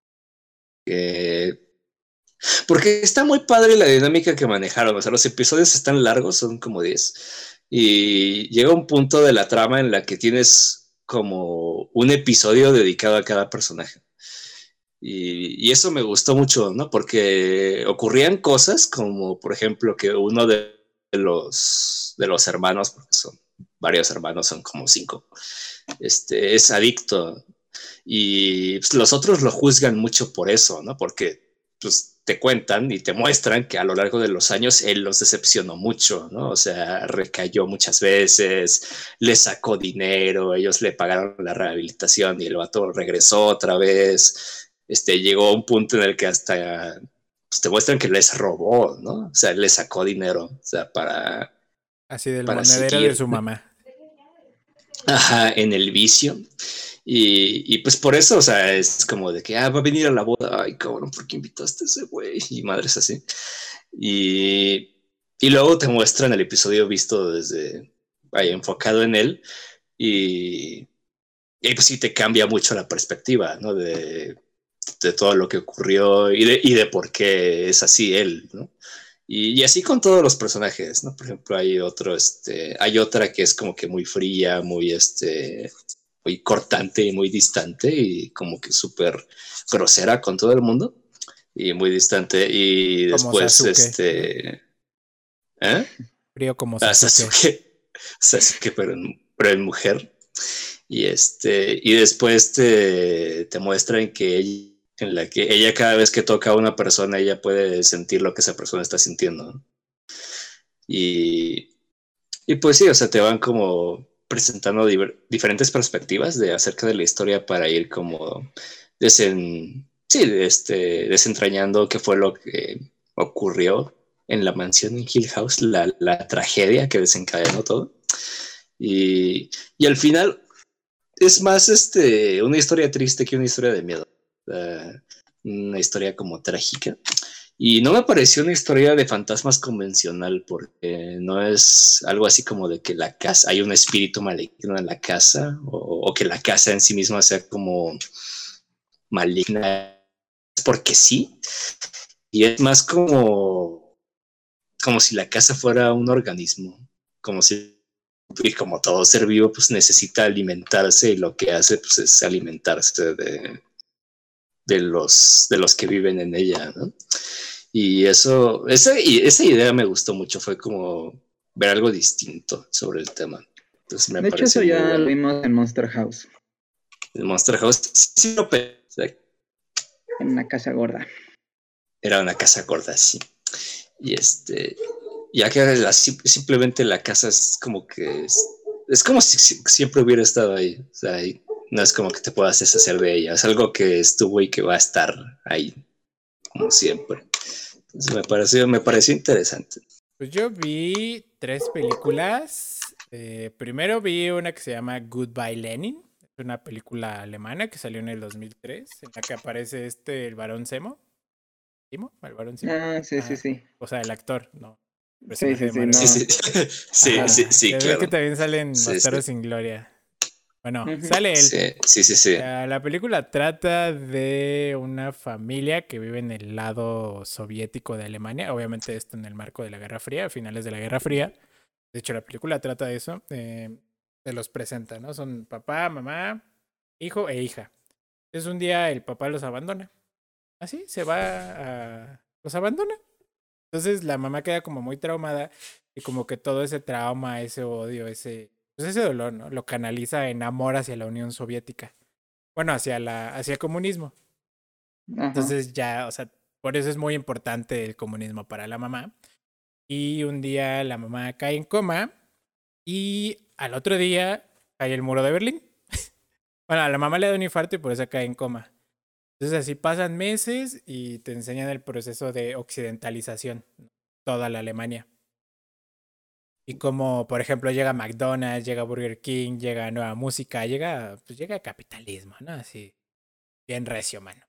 Porque está muy padre la dinámica que manejaron. O sea, los episodios están largos, son como 10. Y llega un punto de la trama en la que tienes como un episodio dedicado a cada personaje. Y eso me gustó mucho, ¿no? Porque ocurrían cosas como, por ejemplo, que uno de los hermanos, porque son varios hermanos, son como 5, es adicto. Y pues, los otros lo juzgan mucho por eso, ¿no? Porque pues, te cuentan y te muestran que a lo largo de los años él los decepcionó mucho, ¿no? O sea, recayó muchas veces, le sacó dinero, ellos le pagaron la rehabilitación y el vato regresó otra vez. Llegó a un punto en el que hasta pues, te muestran que les robó, ¿no? O sea, le sacó dinero, o sea, para... Así del monedero de su mamá. Ajá, en el vicio. Y pues por eso, o sea, es como de que, va a venir a la boda, ay, cabrón, ¿por qué invitaste a ese güey? Y madres así. Y luego te muestran el episodio visto desde, enfocado en él. Y pues sí te cambia mucho la perspectiva, ¿no? De todo lo que ocurrió y de por qué es así él, ¿no? Y así con todos los personajes, ¿no? Por ejemplo, hay otra que es como que muy fría, muy cortante y muy distante y como que súper grosera con todo el mundo y muy distante. Y como después Sasuke. Frío como Sasuke, pero en mujer. Y después te muestran que ella cada vez que toca a una persona, ella puede sentir lo que esa persona está sintiendo, ¿no? Y pues sí, o sea, te van como presentando diferentes perspectivas acerca de la historia para ir como desentrañando qué fue lo que ocurrió en la mansión en Hill House, la tragedia que desencadenó todo. Y al final es más una historia triste que una historia de miedo. Una historia como trágica. Y no me pareció una historia de fantasmas convencional, porque no es algo así como de que hay un espíritu maligno en la casa, o que la casa en sí misma sea como maligna, porque sí. Y es más como si la casa fuera un organismo, y como todo ser vivo, pues necesita alimentarse, y lo que hace pues es alimentarse de los que viven en ella, ¿no? Y esa idea me gustó mucho, fue como ver algo distinto sobre el tema. Entonces me De hecho, pareció eso muy ya bueno. lo vimos en Monster House, El Monster House sí o sea, en una casa gorda. era una casa gorda, sí. Y ya que simplemente la casa es como que es como si siempre hubiera estado ahí. O sea, no es como que te puedas deshacer de ella. Es algo que estuvo y que va a estar ahí, como siempre. Entonces me pareció interesante. Pues yo vi 3 películas. Primero vi una que se llama Goodbye Lenin. Es una película alemana que salió en el 2003, en la que aparece el varón Zemo. ¿Simo? ¿El varón Simo? Ah, sí, sí, Ajá. sí. O sea, el actor, no. El Sí, personaje sí, de sí, Sí, Marvel. no. sí, sí, sí, Ajá. sí, Que ves que claro. también salen Sí, sí, Bastardos sin Gloria. Bueno, Ujú. sale él. sí, sí, sí, sí. La película trata de una familia que vive en el lado soviético de Alemania. Obviamente esto en el marco de la Guerra Fría, a finales de la Guerra Fría. De hecho, la película trata de eso. Se los presenta, ¿no? Son papá, mamá, hijo e hija. Entonces un día el papá los abandona. Así, se va a... Los abandona. Entonces la mamá queda como muy traumada y como que todo ese trauma, ese odio, pues ese dolor, ¿no? Lo canaliza en amor hacia la Unión Soviética. Bueno, hacia el comunismo. Ajá. Entonces ya, o sea, por eso es muy importante el comunismo para la mamá. Y un día la mamá cae en coma y al otro día cae el muro de Berlín. Bueno, a la mamá le da un infarto y por eso cae en coma. Entonces así pasan meses y te enseñan el proceso de occidentalización, ¿no? Toda la Alemania. Y como, por ejemplo, llega McDonald's, llega Burger King, llega nueva música, pues llega el capitalismo, ¿no? Así, bien recio, mano.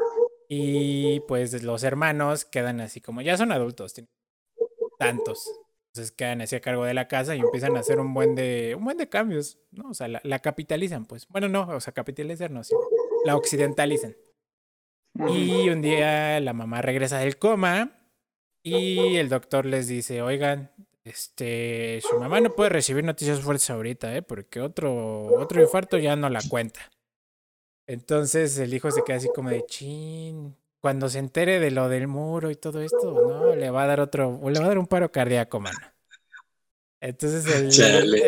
Y pues los hermanos quedan así como, ya son adultos, tienen tantos. Entonces quedan así a cargo de la casa y empiezan a hacer un buen de cambios, ¿no? O sea, la capitalizan, pues. Bueno, no, o sea, capitalizar no, sino la occidentalizan. Ujú. Y un día la mamá regresa del coma y el doctor les dice, oigan, su mamá no puede recibir noticias fuertes ahorita, porque otro infarto ya no la cuenta. Entonces el hijo se queda así como de chin. Cuando se entere de lo del muro y todo esto, no, le va a dar un paro cardíaco, mano. Entonces Chale.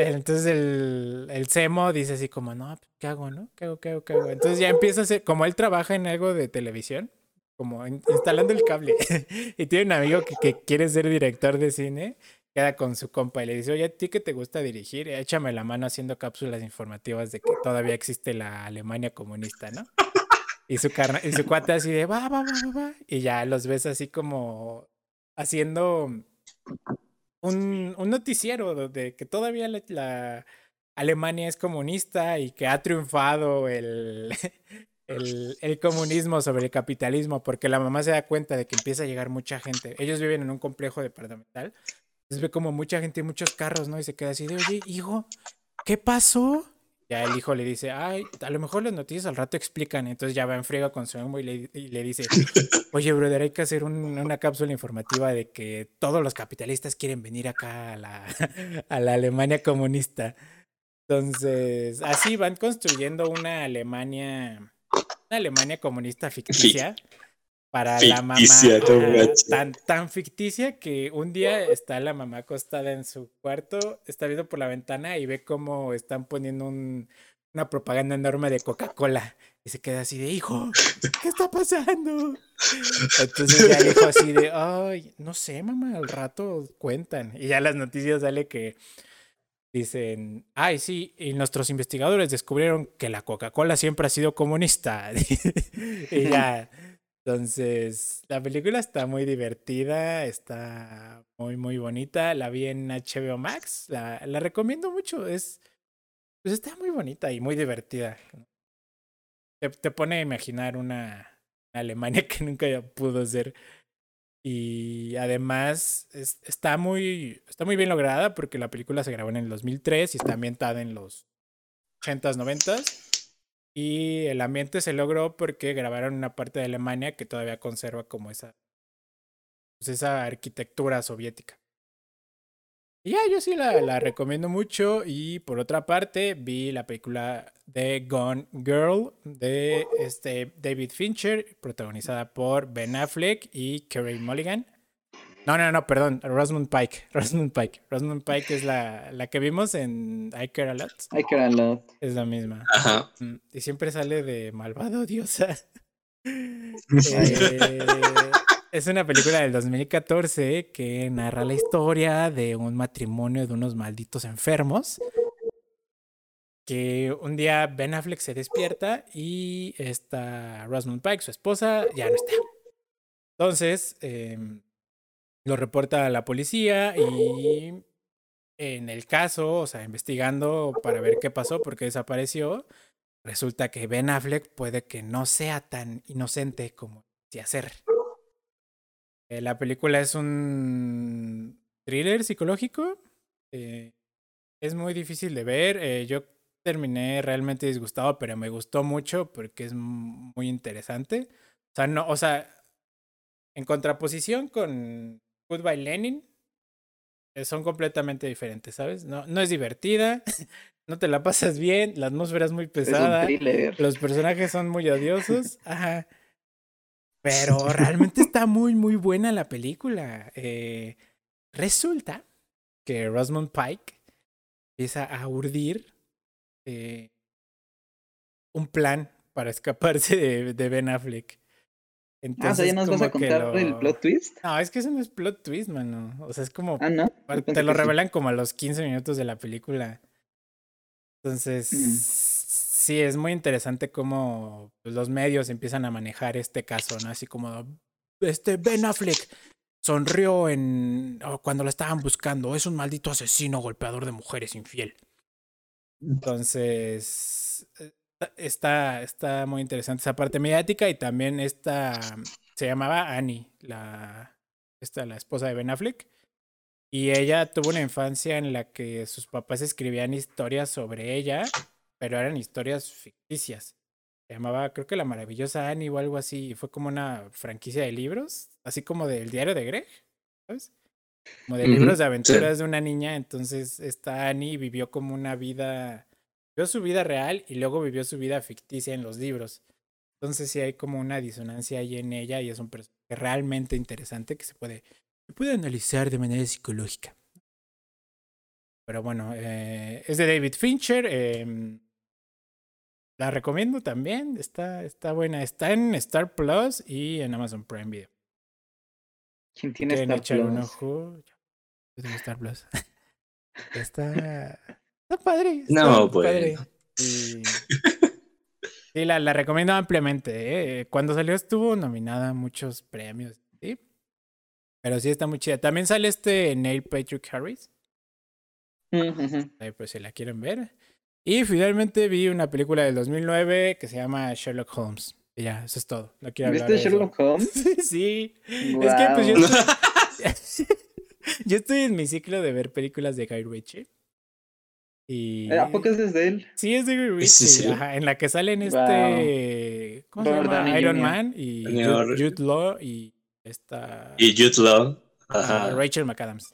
el Semo dice así como, no, pues, ¿qué hago, no? ¿Qué hago, qué hago, qué hago? Entonces ya empieza a hacer, como él trabaja en algo de televisión, como instalando el cable, y tiene un amigo que quiere ser director de cine, queda con su compa y le dice, oye, ¿a ti que te gusta dirigir? Échame la mano haciendo cápsulas informativas de que todavía existe la Alemania comunista, ¿no? Y su cuate así de, va, va, va, va, va. Y ya los ves así como haciendo un noticiero de que todavía la Alemania es comunista y que ha triunfado el comunismo sobre el capitalismo, porque la mamá se da cuenta de que empieza a llegar mucha gente. Ellos viven en un complejo departamental, entonces ve como mucha gente y muchos carros, ¿no? Y se queda así de, oye, hijo, ¿qué pasó? Ya el hijo le dice, ay, a lo mejor las noticias al rato explican. Entonces ya va en friega con su amo y le dice, oye, brother, hay que hacer una cápsula informativa de que todos los capitalistas quieren venir acá a la Alemania comunista. Entonces, así van construyendo una Alemania comunista Fic- ficticia para la mamá, Ficticia, no ajá, manches. tan ficticia que un día está la mamá acostada en su cuarto, está viendo por la ventana y ve cómo están poniendo una propaganda enorme de Coca-Cola y se queda así de, hijo, ¿qué está pasando? Entonces ya el hijo así de, ay, no sé, mamá, al rato cuentan. Y ya las noticias sale que dicen, ay, sí, y nuestros investigadores descubrieron que la Coca-Cola siempre ha sido comunista. Y ya, entonces, la película está muy divertida, está muy, muy bonita. La vi en HBO Max, la recomiendo mucho. Pues está muy bonita y muy divertida. Te pone a imaginar una Alemania que nunca pudo ser. Y además está muy bien lograda porque la película se grabó en el 2003 y está ambientada en los 80s, 90s. Y el ambiente se logró porque grabaron una parte de Alemania que todavía conserva como esa arquitectura soviética. Y ya, yo sí la recomiendo mucho. Y por otra parte, vi la película de Gone Girl de David Fincher, protagonizada por Ben Affleck y Carey Mulligan. No, perdón, Rosamund Pike. Rosamund Pike es la que vimos en I Care a Lot. I Care a Lot. Es la misma. Ajá. Y siempre sale de malvado diosa. Es una película del 2014 que narra la historia de un matrimonio de unos malditos enfermos. Que un día Ben Affleck se despierta y esta Rosamund Pike, su esposa, ya no está. Entonces, lo reporta a la policía y en el caso, o sea, investigando para ver qué pasó, por qué desapareció, resulta que Ben Affleck puede que no sea tan inocente como decía ser. La película es un thriller psicológico. Es muy difícil de ver. Yo terminé realmente disgustado, pero me gustó mucho porque es muy interesante. O sea, no, o sea, en contraposición con Goodbye Lenin, son completamente diferentes, ¿sabes? No es divertida, no te la pasas bien, la atmósfera es muy pesada, los personajes son muy odiosos, ajá. Pero realmente está muy, muy buena la película. Resulta que Rosamund Pike empieza a urdir un plan para escaparse de Ben Affleck. Entonces, o sea, ¿ya nos vas a contar el plot twist? No, es que eso no es plot twist, mano. O sea, es como... ¿no? Te lo revelan como a los 15 minutos de la película. Entonces, sí, es muy interesante cómo los medios empiezan a manejar este caso, ¿no? Así como, Ben Affleck sonrió cuando lo estaban buscando. Es un maldito asesino, golpeador de mujeres, infiel. Entonces, está muy interesante esa parte mediática y también se llamaba Annie, la esposa de Ben Affleck. Y ella tuvo una infancia en la que sus papás escribían historias sobre ella, pero eran historias ficticias. Se llamaba, creo que La Maravillosa Annie o algo así. Y fue como una franquicia de libros, así como del diario de Greg, ¿sabes? Como de libros de aventuras de una niña. Entonces, esta Annie vivió como una vida, vivió su vida real y luego vivió su vida ficticia en los libros. Entonces, sí hay como una disonancia ahí en ella y es un personaje realmente interesante que se puede analizar de manera psicológica. Pero bueno, es de David Fincher. La recomiendo también. Está buena. Está en Star Plus y en Amazon Prime Video. ¿Quién tiene Star Plus? Un ojo? Yo tengo Star Plus. Está padre. No, pues. Padre. Y... sí, la recomiendo ampliamente. Cuando salió estuvo nominada a muchos premios. ¿Sí? Pero sí está muy chida. También sale Neil Patrick Harris. Pues si la quieren ver. Y finalmente vi una película del 2009 que se llama Sherlock Holmes. Y ya, eso es todo. No quiero hablar de ¿Viste Sherlock Holmes? Sí. Wow. Es que pues yo estoy en mi ciclo de ver películas de Guy Ritchie. Y... ¿A poco es desde él? Sí, es de Guy Ritchie. ¿Sí? Ajá, en la que salen ¿cómo se llama? Iron Man y Jude Law y esta... Y Jude Law. Ajá. Rachel McAdams.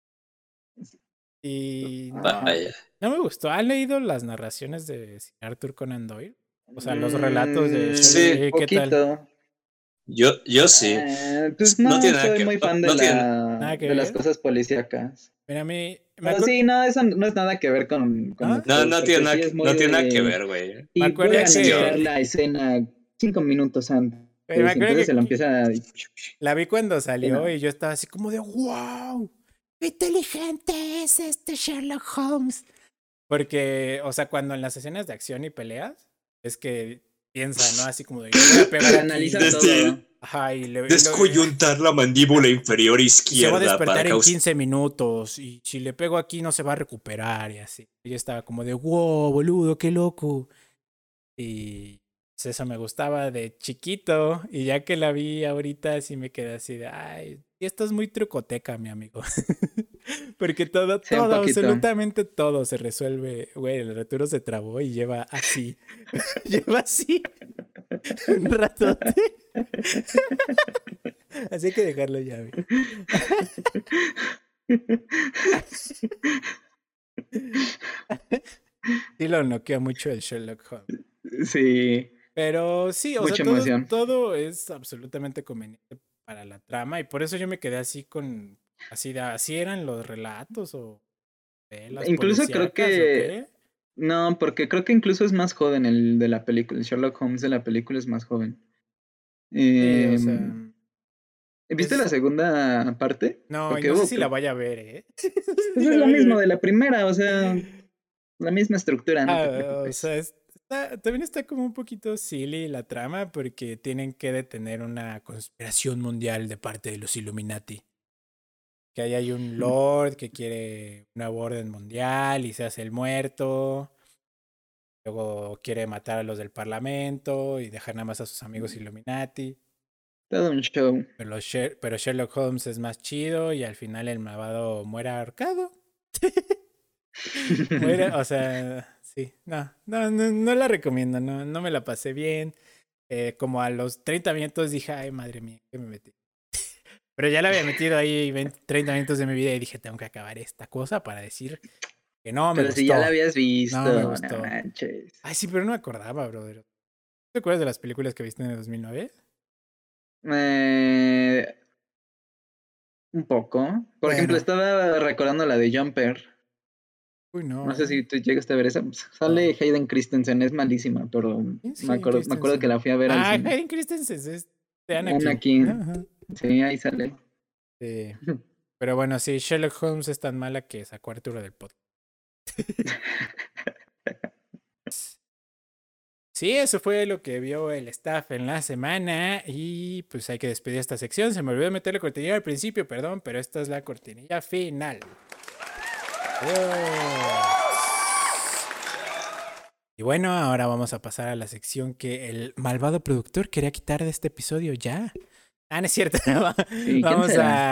Y Vaya. no me gustó. ¿Han leído las narraciones de Arthur Conan Doyle? O sea, los relatos de Sherlock. Sí, ¿Qué poquito. Tal? Yo sí. Pues no soy muy fan de las cosas policíacas. Mira, a mí... Pero sí, no, eso no es nada que ver con no tiene nada que ver, güey. Y puede analizar la escena 5 minutos antes. Entonces se lo empieza a... La vi cuando salió y yo estaba así como de ¡wow! ¡Qué inteligente es Sherlock Holmes! Porque, o sea, cuando en las escenas de acción y peleas, es que piensa, ¿no? Así como de... voy a pegar analiza todo. Ajá, y descoyuntar la mandíbula inferior izquierda. Se va a despertar en 15 minutos y si le pego aquí no se va a recuperar y así. Y yo estaba como de wow, boludo, qué loco. Y pues eso me gustaba de chiquito y ya que la vi ahorita sí me quedé así de ay, esto es muy trucoteca, mi amigo. Porque todo, absolutamente todo se resuelve. Güey, el Arturo se trabó y lleva así. Lleva así. Un ratote. Así hay que dejarlo ya, güey. Sí lo noquea mucho el Sherlock Holmes. Sí. Pero sí, o mucha sea, emoción. todo es absolutamente conveniente para la trama y por eso yo me quedé así con, así eran los relatos o las Incluso creo policíacas o que... qué. No, porque creo que incluso es más joven el de la película. El Sherlock Holmes de la película es más joven. Sí, o Eh, sea, ¿Viste la es, segunda parte? no, y Porque no sé hubo... si la vaya a ver, ¿eh? No sé Pues si es la lo vaya a mismo ver. de la primera, o sea, la misma estructura, no te O preocupes. sea, también está como un poquito silly la trama porque tienen que detener una conspiración mundial de parte de los Illuminati. Que ahí hay un lord que quiere una orden mundial y se hace el muerto. Luego quiere matar a los del parlamento y dejar nada más a sus amigos Illuminati. Todo un show. Pero Sherlock Holmes es más chido y al final el malvado muere ahorcado. Muere, o sea, sí, no la recomiendo, no me la pasé bien. Como a los 30 minutos dije, ay, madre mía, ¿qué me metí? Pero ya le había metido ahí 30 minutos de mi vida y dije, tengo que acabar esta cosa para decir que no me Pero si ya la gustó. habías No me visto, no gustó. manches. Ay, sí, pero no me acordaba, brother. ¿Te acuerdas de las películas que viste en el 2009? Eh, un poco. Por ejemplo, Bueno, estaba recordando la de Jumper. uy, No no, sé si tú llegaste a ver esa. Pues, sale no. Hayden Christensen, es malísima, pero ¿Quién es me acuerdo que Christensen? la fui a ver al Ah, cine. Hayden Christensen es de Anakin, ¿no? Anakin, Ajá. sí, ahí sale. Sí. Pero bueno, sí, Sherlock Holmes es tan mala que sacó a Arturo del podcast. Sí, eso fue lo que vio el staff en la semana y pues hay que despedir esta sección. Se me olvidó meter la cortinilla al principio, perdón, pero esta es la cortinilla final. Adiós. Y bueno, ahora vamos a pasar a la sección que el malvado productor quería quitar de este episodio ya. Ah, no es cierto. Sí, ¿quién Vamos será?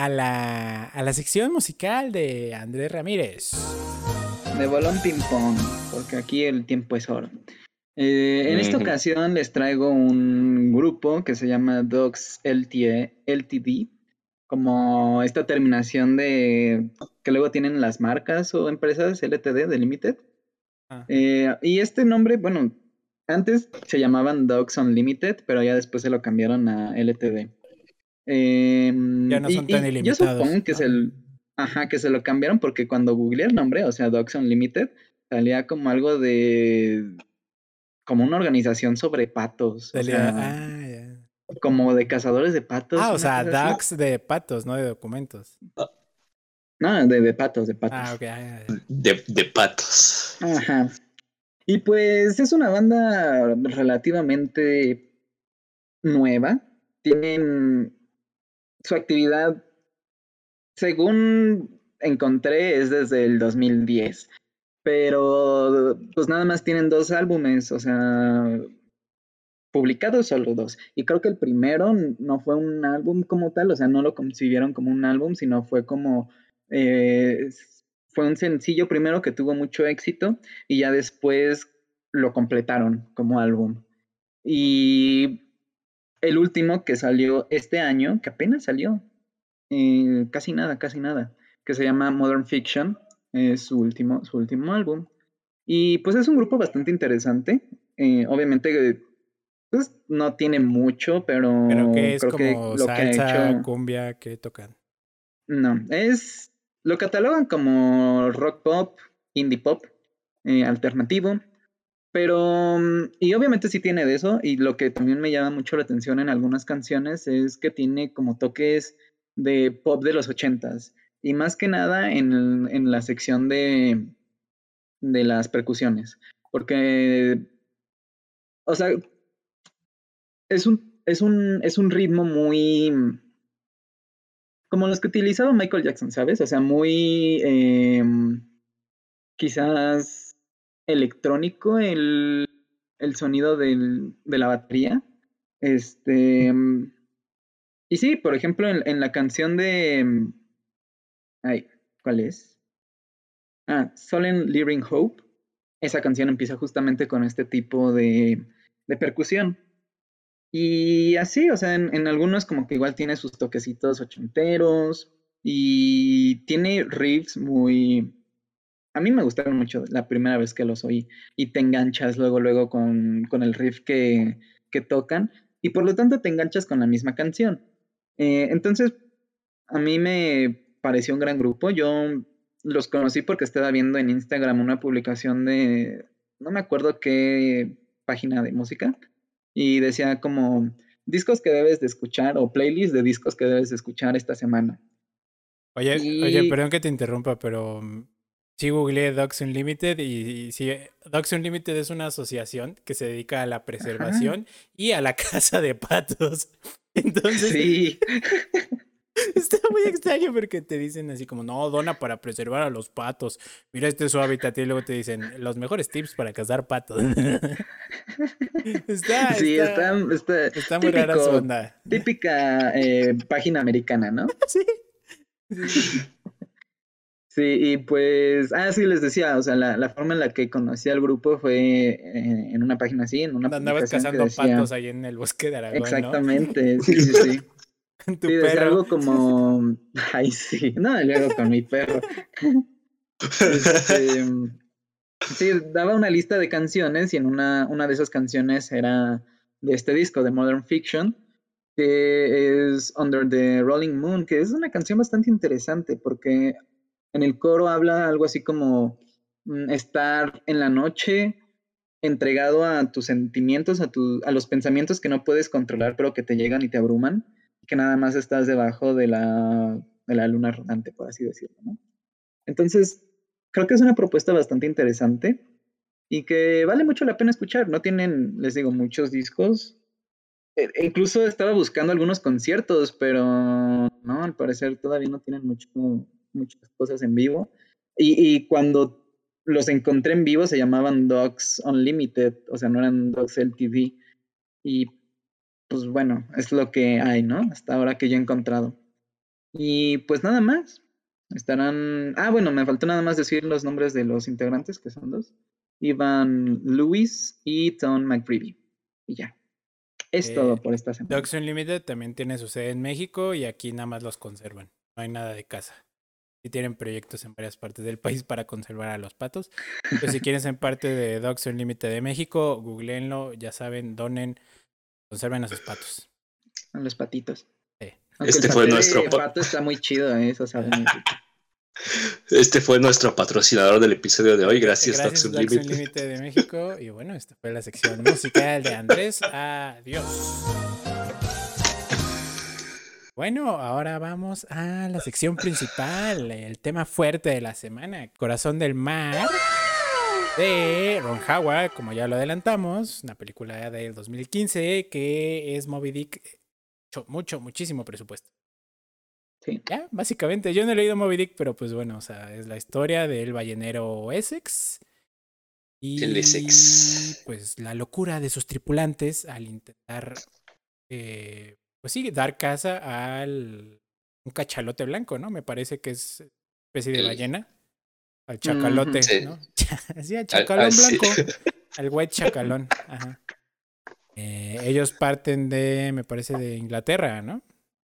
a la sección musical de Andrés Ramírez. De bolón ping pong, porque aquí el tiempo es oro. En esta Ujú. ocasión les traigo un grupo que se llama Dogs LTD, como esta terminación de que luego tienen las marcas o empresas LTD de Limited. Ah, Y este nombre, bueno, antes se llamaban Dogs Unlimited, pero ya después se lo cambiaron a LTD. ya no son tan Y yo ilimitados, supongo que ¿no? ajá, que se lo cambiaron porque cuando googleé el nombre, o sea, Dogs Unlimited, salía como algo de, como una organización sobre patos, o sea, Ya. como de cazadores de Ah, patos, o una sea, cosa así. docs de patos, no de documentos. Ah, No, de patos, de Ah, patos. ok. de patos. Ajá. Y pues es una banda relativamente nueva. Tienen su actividad, según encontré, es desde el 2010. Pero pues nada más tienen 2 álbumes, o sea, publicados solo 2. Y creo que el primero no fue un álbum como tal, o sea, no lo concibieron como un álbum, sino fue como, fue un sencillo primero que tuvo mucho éxito y ya después lo completaron como álbum. Y el último que salió este año, que apenas salió, casi nada, que se llama Modern Fiction, es su último álbum. Y pues es un grupo bastante interesante. Obviamente, pues no tiene mucho, Pero que pero es creo que como lo que ha salsa, hecho, cumbia, que tocan. no, lo catalogan como rock pop, indie pop, alternativo. Pero, y obviamente sí tiene de eso, y lo que también me llama mucho la atención en algunas canciones es que tiene como toques de pop de los 80s, y más que nada en la sección de las percusiones, porque, o sea, es un ritmo muy, como los que utilizaba Michael Jackson, ¿sabes? O sea, muy, quizás electrónico el sonido de la batería. Este, y sí, por ejemplo, en la canción de, ay, ¿cuál es? Ah, Solemn Living Hope. Esa canción empieza justamente con este tipo de percusión. Y así, o sea, en algunos como que igual tiene sus toquecitos ochenteros y tiene riffs muy... A mí me gustaron mucho la primera vez que los oí y te enganchas luego con el riff que tocan y por lo tanto te enganchas con la misma canción. Entonces, a mí me pareció un gran grupo. Yo los conocí porque estaba viendo en Instagram una publicación de, no me acuerdo qué página de música, y decía como discos que debes de escuchar o playlist de discos que debes de escuchar esta semana. Oye, Y, perdón que te interrumpa, pero sí googleé Dogs Unlimited y sí, Dogs Unlimited es una asociación que se dedica a la ajá, preservación y a la caza de patos. Entonces, sí, está muy extraño porque te dicen así como, no, dona para preservar a los patos. Mira, este es su hábitat y luego te dicen los mejores tips para cazar patos. Está, sí, está, está muy rara su típico, onda. típica página americana, ¿no? Sí, sí, sí. Sí, y pues, sí, les decía, o sea, la forma en la que conocí al grupo fue en una página así, en una Andabas publicación que cazando decía, patos ahí en el bosque de Aragón, ¿no? exactamente, sí, sí, sí. Con Sí, tu decía perro. algo como, ay, sí, no, y luego con mi perro. Este, sí, daba una lista de canciones y en una de esas canciones era de este disco, de Modern Fiction, que es Under the Rolling Moon, que es una canción bastante interesante porque en el coro habla algo así como estar en la noche entregado a tus sentimientos, a los pensamientos que no puedes controlar, pero que te llegan y te abruman, y que nada más estás debajo de la luna rodante, por así decirlo, ¿no? Entonces, creo que es una propuesta bastante interesante y que vale mucho la pena escuchar. No tienen, les digo, muchos discos. Incluso estaba buscando algunos conciertos, pero no, al parecer todavía no tienen muchas cosas en vivo. Y cuando los encontré en vivo se llamaban Dogs Unlimited, o sea, no eran Dogs LTD. Y pues bueno, es lo que hay, ¿no? Hasta ahora que yo he encontrado. Y pues nada más. Estarán. Bueno, me faltó nada más decir los nombres de los integrantes, que son dos. Ivan Lewis y Tom McCreevy. Y ya. Es todo Eh, por esta semana. Dogs Unlimited también tiene su sede en México y aquí nada más los conservan. No hay nada de casa. Y tienen proyectos en varias partes del país para conservar a los patos. Entonces, si quieren ser parte de Dogs Unlimited de México, googleenlo, ya saben, donen, conserven a sus patos. A los patitos. Sí. Aunque el Fue paté nuestro de pato está muy chido, eso sabe muy rico. este fue nuestro patrocinador del episodio de hoy. Gracias, Docs Gracias, Dogs Unlimited. Unlimited de México. Y bueno, esta fue la sección musical de Andrés. Adiós. Bueno, ahora vamos a la sección principal, el tema fuerte de la semana, Corazón del Mar, de Ron Howard, como ya lo adelantamos, una película del 2015 que es Moby Dick, muchísimo presupuesto. Sí. Ya, básicamente, yo no he leído Moby Dick, pero pues bueno, o sea, es la historia del ballenero Essex El y Essex. pues la locura de sus tripulantes al intentar pues sí, dar caza al un cachalote blanco, ¿no? Me parece que es especie de El, ballena, al chacalote, sí. ¿no? Sí, al chacalón Sí. blanco, al white chacalón, ajá. Ellos parten de, me parece, de Inglaterra, ¿no?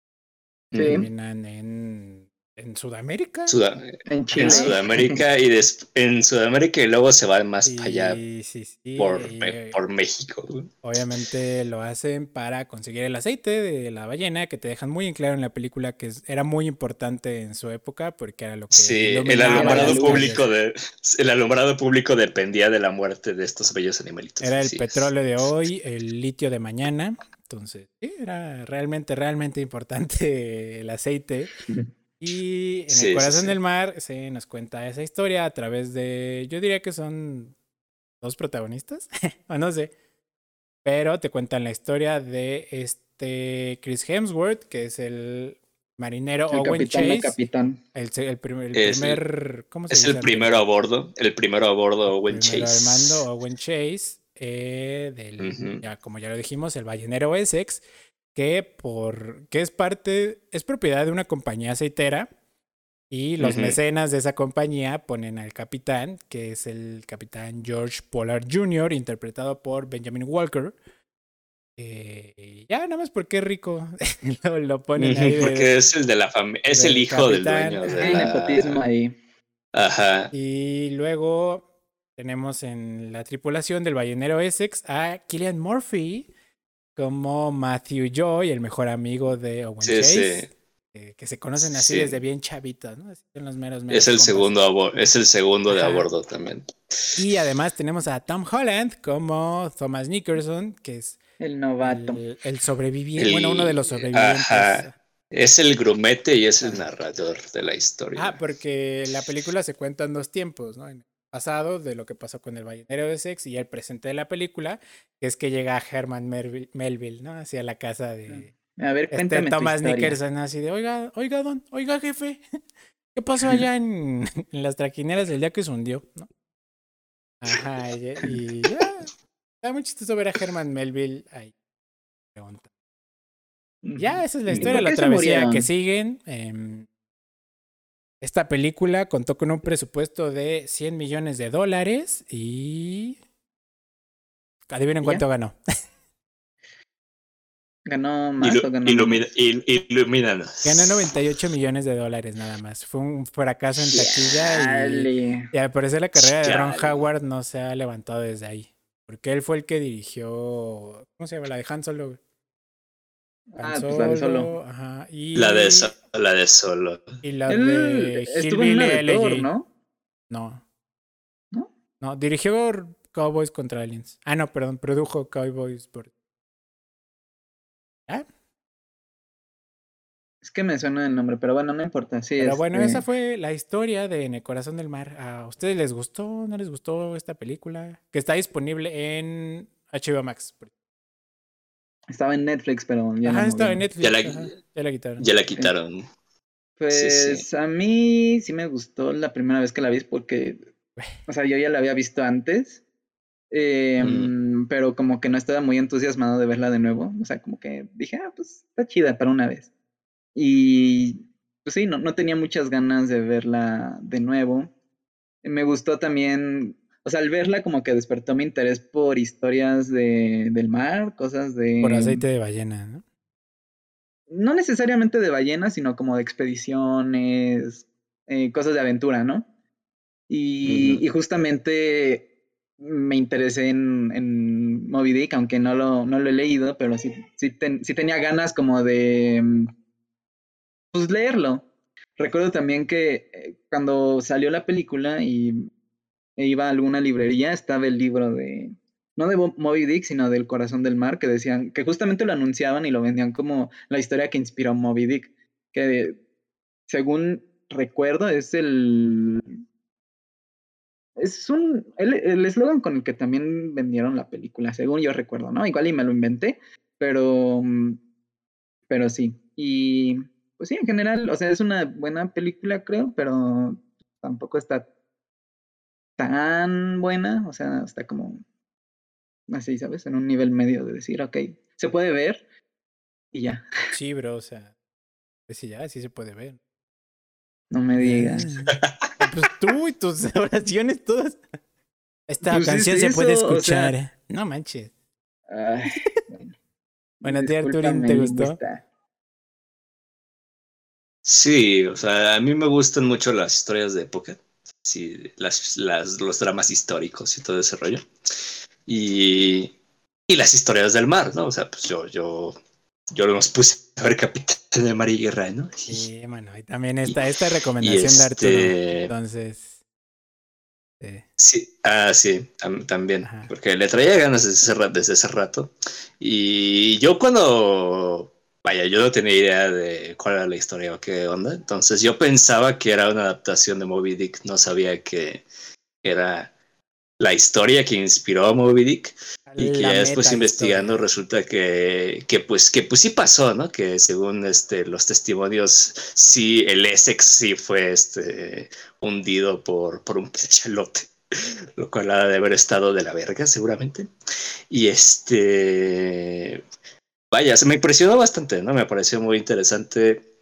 Sí. Terminan en Sudamérica, Suda- En en Chile. ajá. Sudamérica en Sudamérica y luego se van más para allá Y sí, sí, por México. obviamente lo hacen para conseguir el aceite de la ballena, que te dejan muy en claro en la película que era muy importante en su época porque era lo que Sí, iluminaba La las luz. calles. el alumbrado público dependía de la muerte de estos bellos animalitos. Era el Así es. petróleo de hoy, el litio de mañana. Entonces, sí, era realmente, realmente importante el aceite. Y en el Sí, sí, corazón sí. del mar se nos cuenta esa historia a través de, yo diría que son dos protagonistas, o no sé, pero te cuentan la historia de este Chris Hemsworth, que es el marinero El Owen capitán o Chase, capitán. el Es, primer, ¿cómo se es dice el primero a anterior? bordo. El primero a El bordo, Owen primero al mando, Chase. Owen Chase, Ujú. ya como ya lo dijimos, el ballenero Essex, que es propiedad de una compañía aceitera y los Ujú. mecenas de esa compañía ponen al capitán, que es el capitán George Pollard Jr., interpretado por Benjamin Walker. Ya, nada más porque es rico, lo ponen ahí Ujú, porque es el de la familia, es el del hijo del capitán. dueño de Hay Ajá. nepotismo la. ahí. Ajá. Y luego tenemos en la tripulación del ballenero Essex a Cillian Murphy, como Matthew Joy, el mejor amigo de Owen Sí, Chase. sí. Que se conocen así desde Sí. bien chavitos, ¿no? Así son los meros Es el compas. segundo es el segundo de a Ajá. bordo también. Y además tenemos a Tom Holland como Thomas Nicholson, que es El novato. el sobreviviente, bueno, uno de los sobrevivientes. Ajá. Es el grumete y es el Ajá. narrador de la historia. Porque la película se cuenta en 2 tiempos, ¿no? En el pasado, de lo que pasó con el ballenero de Sex, y el presente de la película, que es que llega Herman Melville, ¿no? Hacia la casa de A ver, cuéntame tu Thomas historia. Nicholson, así de, oiga, jefe, ¿qué pasó allá en las traquineras el día que se hundió, ¿no? Ajá, y ya, está muy chistoso ver a Herman Melville ahí. Ya, esa es la ¿Y historia, por la qué se travesía que murieron? siguen. Esta película contó con un presupuesto de $100 millones y... Adivinen ¿Y cuánto ya? ganó. ¿Ganó más o ganó menos? Ilumínanos. Ganó $98 millones nada más. Fue un fracaso en taquilla Chale. y al parecer la carrera de Ron Chale. Howard no se ha levantado desde ahí. Porque él fue el que dirigió... ¿Cómo se llama? La de Han Solo. Ah, pues la de Solo. Ajá. La de Solo. Y la Él de estuvo en una Hillbilly de Thor, Elegy. ¿no? No. ¿No? No, dirigió Cowboys contra Aliens. Ah, no, perdón, produjo Cowboys por... ¿Ah? Es que me suena el nombre, pero bueno, no importa. Sí, Pero bueno, esa fue la historia de En el corazón del mar. ¿A ustedes les gustó? ¿No les gustó esta película? Que está disponible en HBO Max. Estaba en Netflix, pero ya la Ajá, estaba en movieron. Netflix. Ya la quitaron. Ya la quitaron. Pues Sí. a mí sí me gustó la primera vez que la vi porque, o sea, yo ya la había visto antes, pero como que no estaba muy entusiasmado de verla de nuevo. O sea, como que dije, pues está chida para una vez. Y pues sí, no tenía muchas ganas de verla de nuevo. Me gustó también, o sea, al verla como que despertó mi interés por historias del mar, cosas Por de, aceite de ballena, ¿no? no necesariamente de ballenas, sino como de expediciones, cosas de aventura, ¿no? Y justamente me interesé en Moby Dick, aunque no lo he leído, pero sí tenía ganas como de, pues, leerlo. Recuerdo también que cuando salió la película e iba a alguna librería, estaba el libro de, no de Moby Dick, sino del Corazón del Mar, que decían, que justamente lo anunciaban y lo vendían como la historia que inspiró Moby Dick, que según recuerdo el eslogan con el que también vendieron la película, según yo recuerdo, ¿no? Igual y me lo inventé, pero, pero sí. Y pues sí, en general, o sea, es una buena película, creo, pero tampoco está tan buena, o sea, está como así, ¿sabes? En un nivel medio de decir, ok, se puede ver y ya, Sí, bro, o sea, pues sí, ya, sí se puede ver. no me digas. Pues tú y tus oraciones todas. Esta Pues es canción se puede eso, o escuchar. sea, No manches. ay, bueno, Bueno, ¿a ti, Arturín, discúlpame, te gustó? lingüista. Sí, o sea, a mí me gustan mucho las historias de época, sí, los dramas históricos y todo ese rollo. Y, y las historias del mar, ¿no? O sea, pues yo nos puse a ver Capitán de Mar y Guerra, ¿no? Sí, mano, y también está esta Y recomendación de Arturo. Entonces, sí, sí, también, ajá. porque le traía ganas desde ese rato. Y yo vaya, yo no tenía idea de cuál era la historia o qué onda. Entonces yo pensaba que era una adaptación de Moby Dick, no sabía que era la historia que inspiró a Moby Dick. Y que La ya después meta investigando historia. resulta que pues sí pasó, ¿no? Que según los testimonios, sí, el Essex sí fue hundido por un cachalote, lo cual ha de haber estado de la verga, seguramente. Y vaya, se me impresionó bastante, ¿no? Me pareció muy interesante.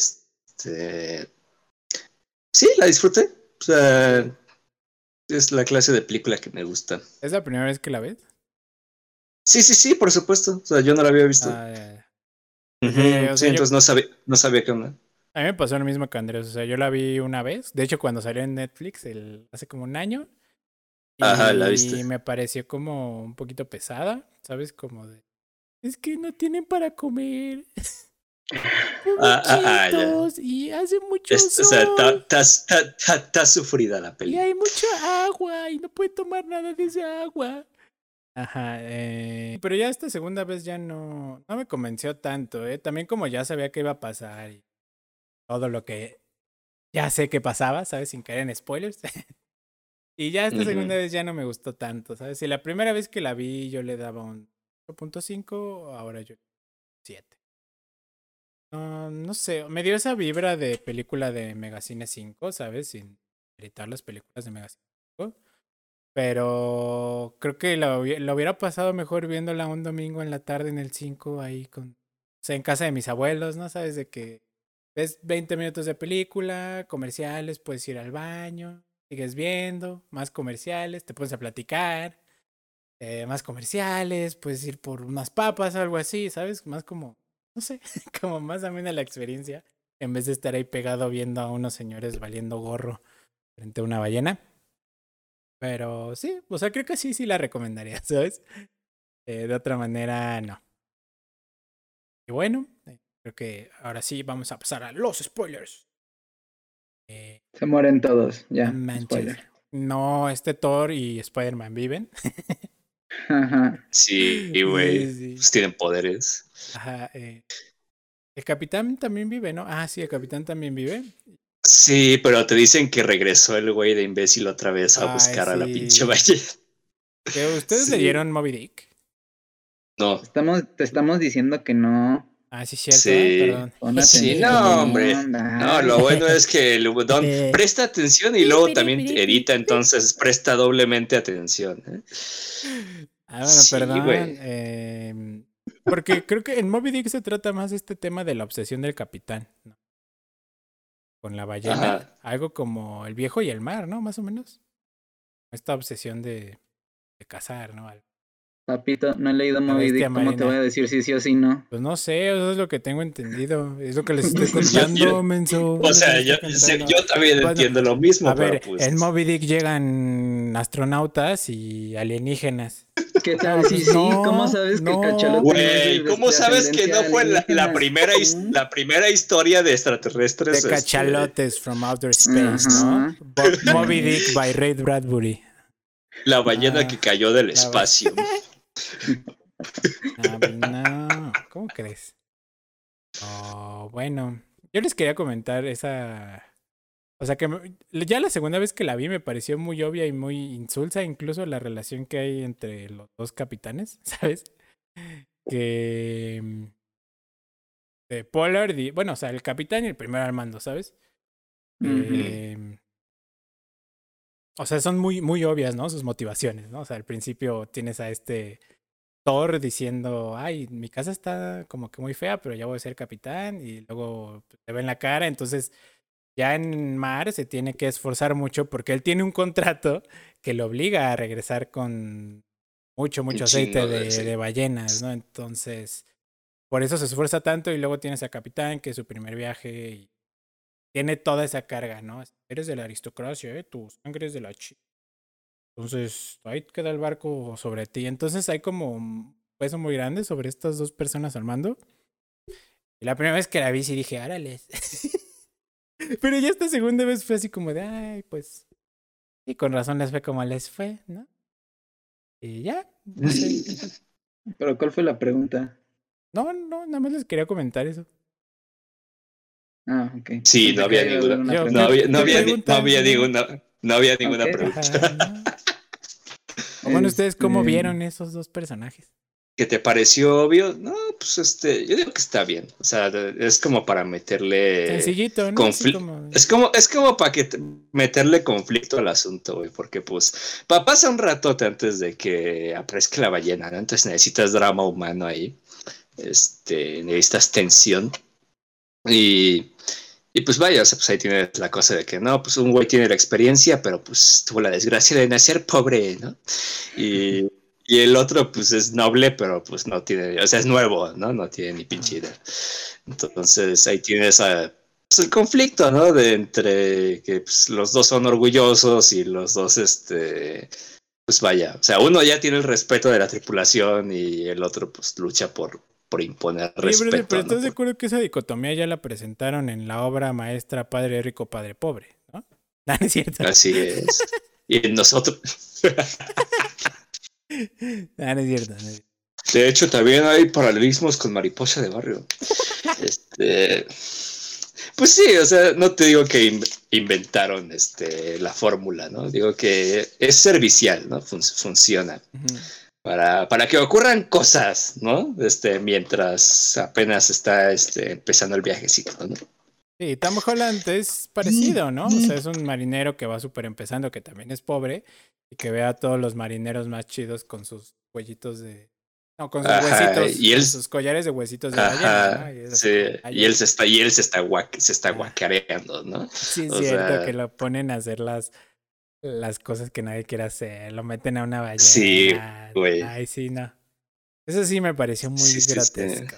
Sí, la disfruté. O sea, Sí. es la clase de película que me gusta. ¿Es la primera vez que la ves? Sí, por supuesto. O sea, yo no la había visto. Ah, ya. Porque, Ujú, o sí, sea, entonces no sabía qué onda. a mí me pasó lo mismo que Andrés. O sea, yo la vi una vez. De hecho, cuando salió en Netflix hace como un año. Ajá, la viste. Y me pareció como un poquito pesada, ¿sabes? Como de... es que no tienen para comer. Ya. Muchitos y hace mucho O sea, sol está sufrida la y peli. hay mucha agua y no puede tomar nada de esa agua. Ajá, pero ya esta segunda vez ya no me convenció tanto, ¿eh? También como ya sabía que iba a pasar y todo lo que ya sé que pasaba, ¿sabes? Sin caer en spoilers. Y ya esta segunda vez ya no me gustó tanto, ¿sabes? Si la primera vez que la vi yo le daba un 8.5, ahora yo 7. No sé, me dio esa vibra de película de Megacine 5, ¿sabes? Sin gritar las películas de Megacine 5. Pero creo que lo hubiera pasado mejor viéndola un domingo en la tarde en el 5 ahí o sea, en casa de mis abuelos, ¿no? ¿Sabes? De que ves 20 minutos de película, comerciales, puedes ir al baño, sigues viendo, más comerciales, te pones a platicar, más comerciales, puedes ir por unas papas o algo así, ¿sabes? Más como, no sé, como más amena la experiencia, en vez de estar ahí pegado viendo a unos señores valiendo gorro frente a una ballena. Pero sí, o sea, creo que sí la recomendaría, ¿sabes? De otra manera, no. Y bueno, creo que ahora sí vamos a pasar a los spoilers. Se mueren todos, ya. No manches. Spoiler. No, Thor y Spider-Man viven. Ajá. Sí, güey. Sí. Pues tienen poderes. Ajá. El capitán también vive, ¿no? Ah, sí, el capitán también vive. Sí, pero te dicen que regresó el güey de imbécil otra vez a Ay, buscar a la sí. pinche ballena. ¿Que ustedes Sí. leyeron Moby Dick? No. Te estamos diciendo que no. Ah, sí, cierto, Sí. perdón. Pon Sí, atención. no, hombre. No, lo bueno es que el Don presta atención y luego también edita, entonces presta doblemente atención. Ah, bueno, Sí, perdón. güey. Porque creo que en Moby Dick se trata más este tema de la obsesión del capitán, ¿no? Con la ballena. Ajá. Algo como el viejo y el mar, ¿no? Más o menos. Esta obsesión de cazar, ¿no? Papito, no he leído La Moby bestia Dick. ¿Cómo te marina. voy a decir si sí o si no? Pues no sé, eso es lo que tengo entendido. Es lo que les estoy contando, menso. O sea, yo también entiendo lo mismo, a ver, pero pues. en Moby Dick llegan astronautas y alienígenas. ¿Qué tal? No, Sí, pues sí. no, ¿Cómo sabes que el no. cachalote no es Güey, de ¿cómo sabes que no ascendencia fue la alienígena? la primera historia de extraterrestres? De cachalotes from outer space, Ajá. ¿no? Moby Dick by Ray Bradbury. La ballena que cayó del espacio. No, ¿cómo crees? Oh, bueno, yo les quería comentar esa... O sea que ya la segunda vez que la vi me pareció muy obvia y muy insulsa, incluso la relación que hay entre los dos capitanes, ¿sabes? Que... Pollard y... Bueno, o sea, el capitán y el primer al mando, ¿sabes? O sea, son muy, muy obvias, ¿no? Sus motivaciones, ¿no? O sea, al principio tienes a Thor diciendo, ay, mi casa está como que muy fea, pero ya voy a ser capitán, y luego te ve en la cara, entonces ya en mar se tiene que esforzar mucho porque él tiene un contrato que lo obliga a regresar con mucho aceite de ballenas, ¿no? Entonces, por eso se esfuerza tanto y luego tienes a capitán, que es su primer viaje y tiene toda esa carga, ¿no? Eres de la aristocracia, ¿eh? Tu sangre es de la Entonces, ahí queda el barco sobre ti. Entonces hay como un peso muy grande sobre estas dos personas al mando. Y la primera vez que la vi sí dije, árales. Pero ya esta segunda vez fue así como de, ay, pues... Y con razón les fue como les fue, ¿no? Y ya, no sé. ¿Pero cuál fue la pregunta? No, nada más les quería comentar eso. Ah, ok. Sí, no había ninguna. No había ninguna pregunta. Ajá, ¿no? Bueno, ¿ustedes cómo vieron esos dos personajes? ¿Qué te pareció obvio? No, pues yo digo que está bien. O sea, es como para meterle sencillito, ¿no? Es como para meterle conflicto al asunto, güey, porque pues pasa un ratote antes de que aparezca la ballena, ¿no? Entonces necesitas drama humano ahí. Necesitas tensión. Y pues vaya, o sea, pues ahí tienes la cosa de que no, pues un güey tiene la experiencia, pero pues tuvo la desgracia de nacer pobre, ¿no? Y el otro, pues es noble, pero pues no tiene, o sea, es nuevo, ¿no? No tiene ni pinche idea. Entonces ahí tienes pues, el conflicto, ¿no? Entre que pues, los dos son orgullosos y los dos, pues vaya, o sea, uno ya tiene el respeto de la tripulación y el otro pues lucha por imponer Oye, brother, pero respeto, ¿no? ¿estás de acuerdo que esa dicotomía ya la presentaron en la obra maestra Padre Rico, Padre Pobre? ¿No? No, no es cierto. Así es. Y nosotros, No, no es cierto, no es cierto. de hecho, también hay paralelismos con Mariposa de Barrio. Pues sí, o sea, no te digo que inventaron la fórmula, ¿no? Digo que es servicial, ¿no? Funciona. Ujú. Para que ocurran cosas, ¿no? Mientras apenas está empezando el viajecito, ¿no? Sí, Tom Holland es parecido, ¿no? O sea, es un marinero que va súper empezando, que también es pobre, y que ve a todos los marineros más chidos con sus huellitos de... No, con sus Ajá, huesitos, y él, con sus collares de huesitos de ballena, ¿no? ajá, Y es así sí, como, y él se está ah, guacareando, ¿no? sí es O cierto que sea, lo ponen a hacer las cosas que nadie quiere hacer, lo meten a una sí, ballena. güey, Ay, sí, no. Eso sí me pareció muy sí, sí, sí. grotesco.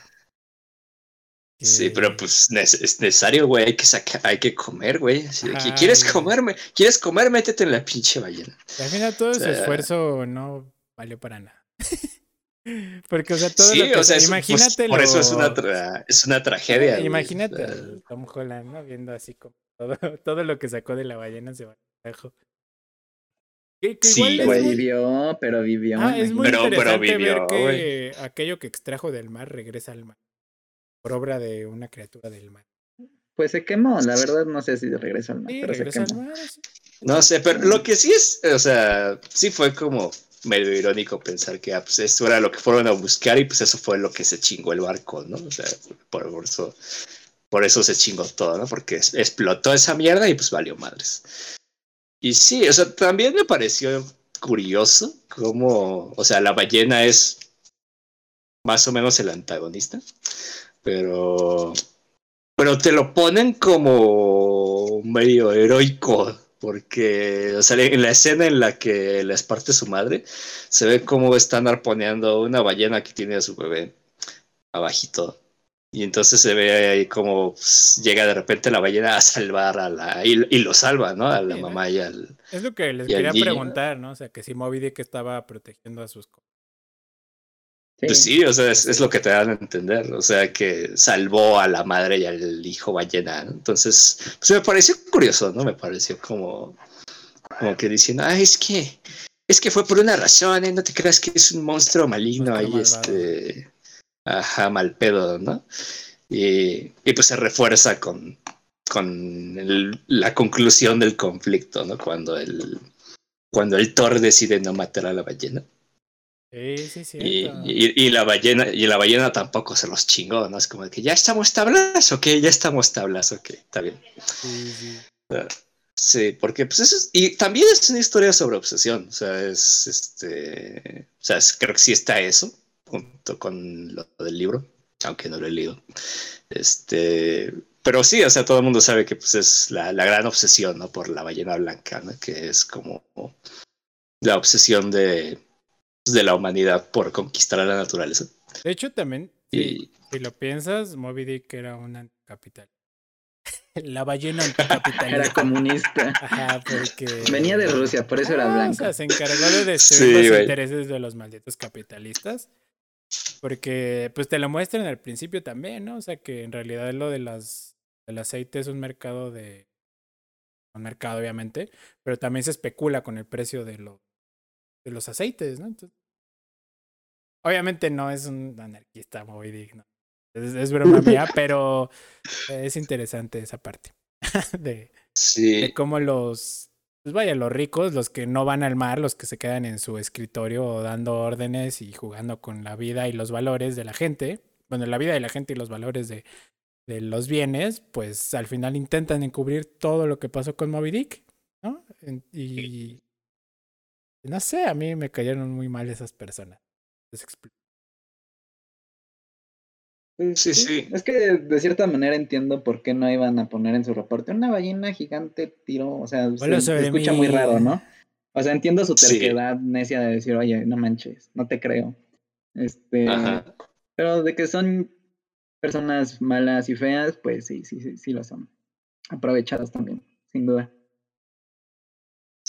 Sí, pero Que... pues es necesario, güey, hay que comer, güey. Así de que, Ajá, y ¿quieres comer? Métete en la pinche ballena. al final todo O su sea, esfuerzo no valió para nada. Porque, o sea, todo lo sí, que... o sea, pues, Imagínate por eso es lo... es una tragedia, güey. O Imagínate sea, al Tom Holland, ¿no? Viendo así como todo, todo lo que sacó de la ballena se va al carajo. Que igual sí, es Pero güey. muy... vivió, Ah, es muy imagínate. Pero interesante ver vivió, güey. que aquello que extrajo del mar regresa al mar, por obra de una criatura del mar. Pues se quemó, la verdad no sé si regresó al mar, Sí, pero se regresa al quemó. mar, sí. No sé, pero lo Sí. que sí es, o sea, sí fue como medio irónico pensar que pues eso era lo que fueron a buscar y pues eso fue lo que se chingó el barco, ¿no? O sea, por eso se chingó todo, ¿no? Porque explotó esa mierda y pues valió madres. Y sí, o sea, también me pareció curioso cómo, o sea, la ballena es más o menos el antagonista, pero, pero te lo ponen como medio heroico, porque, o sea, en la escena en la que les parte su madre, se ve cómo están arponeando una ballena que tiene a su bebé abajito. Y entonces se ve ahí como pues, llega de repente la ballena a salvar y lo salva, ¿no? A la Sí, ¿no? mamá Es lo que les y al quería niño. preguntar, ¿no? O sea, que si Moby Dick estaba protegiendo a sus Pues Sí. sí, o sea, es lo que peces. te dan a entender, o sea, que salvó a la madre y al hijo ballena, ¿no? Entonces, pues me pareció curioso, ¿no? Me pareció como que diciendo, es que fue por una razón, ¿eh? No te creas que es un monstruo maligno Monstruo ahí, malvado. ajá, mal pedo, ¿no? Y pues se refuerza con la conclusión del conflicto, ¿no? Cuando el Thor decide no matar a la ballena. Sí, sí, Y, cierto. y la ballena tampoco se los chingó, ¿no? Es como de que ya estamos tablas, ok, ya estamos tablas, ok, está bien. Sí, sí. Sí, porque pues eso y también es una historia sobre obsesión, o sea, o sea, creo que sí está eso, junto con lo del libro, aunque no lo he leído. Pero sí, o sea, todo el mundo sabe que pues es la gran obsesión, ¿no? Por la ballena blanca, ¿no? Que es como la obsesión de la humanidad por conquistar a la naturaleza. De hecho, también, sí, Y si lo piensas, Moby Dick era un anticapital. La ballena Era anticapitalista. comunista. Ajá, Venía de porque... Rusia, por eso era Ajá, o blanco. sea, se encargó de destruir sí, los güey. intereses de los malditos capitalistas. Porque, pues te lo muestran al principio también, ¿no? O sea, que en realidad lo de del aceite es un mercado un mercado obviamente, pero también se especula con el precio de los aceites, ¿no? Entonces, obviamente no es un anarquista muy digno. Es broma mía, pero es interesante esa parte de, de Sí, cómo pues vaya, los ricos, los que no van al mar, los que se quedan en su escritorio dando órdenes y jugando con la vida y los valores de la gente, bueno, la vida de la gente y los valores de los bienes, pues al final intentan encubrir todo lo que pasó con Moby Dick, ¿no? Y no sé, a mí me cayeron muy mal esas personas. Les explico. Pues sí, sí, sí, es que de cierta manera entiendo por qué no iban a poner en su reporte una ballena gigante tiró, o sea, Vuelo se sobre escucha muy mí. raro, ¿no? O sea, entiendo su sí, terquedad necia de decir, oye, no manches, no te creo. Este, ajá. pero de que son personas malas y feas, pues sí, sí, sí, sí lo son. Aprovechadas también, sin duda.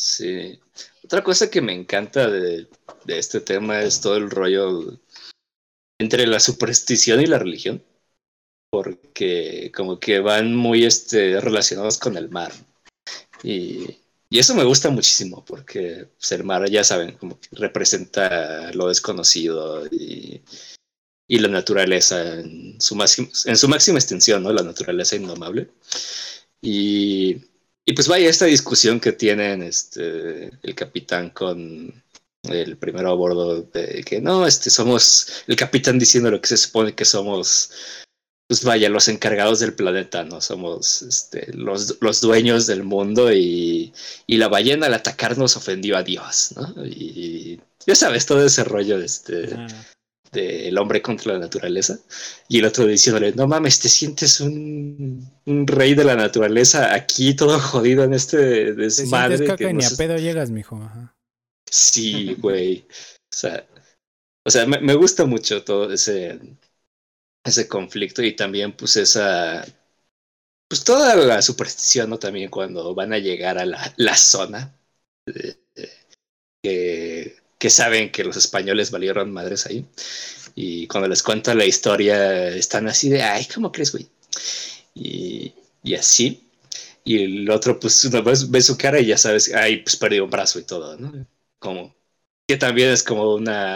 Sí. Otra cosa que me encanta de este tema es todo el rollo entre la superstición y la religión, porque como que van muy relacionados con el mar. Y eso me gusta muchísimo, porque pues, el mar, ya saben, como que representa lo desconocido y la naturaleza en su máxima extensión, ¿no? La naturaleza indomable. Y pues vaya esta discusión que tienen el capitán con el primero a bordo de que no, somos el capitán diciendo lo que se supone que somos, pues vaya, los encargados del planeta, ¿no? Somos los dueños del mundo y la ballena al atacarnos ofendió a Dios, ¿no? Y ya sabes, todo ese rollo del hombre contra la naturaleza, y el otro diciéndole, no mames, te sientes un rey de la naturaleza aquí todo jodido en este desmadre. Te sientes caca que y ni a pedo llegas, mijo. Ajá. Sí, güey. O sea, me gusta mucho todo ese conflicto y también pues pues toda la superstición, ¿no? También cuando van a llegar a la zona, que saben que los españoles valieron madres ahí. Y cuando les cuento la historia, están así de, ay, ¿cómo crees, güey? Y así. Y el otro, pues, una vez ve su cara y ya sabes, ay, pues perdió un brazo y todo, ¿no? Como, que también es como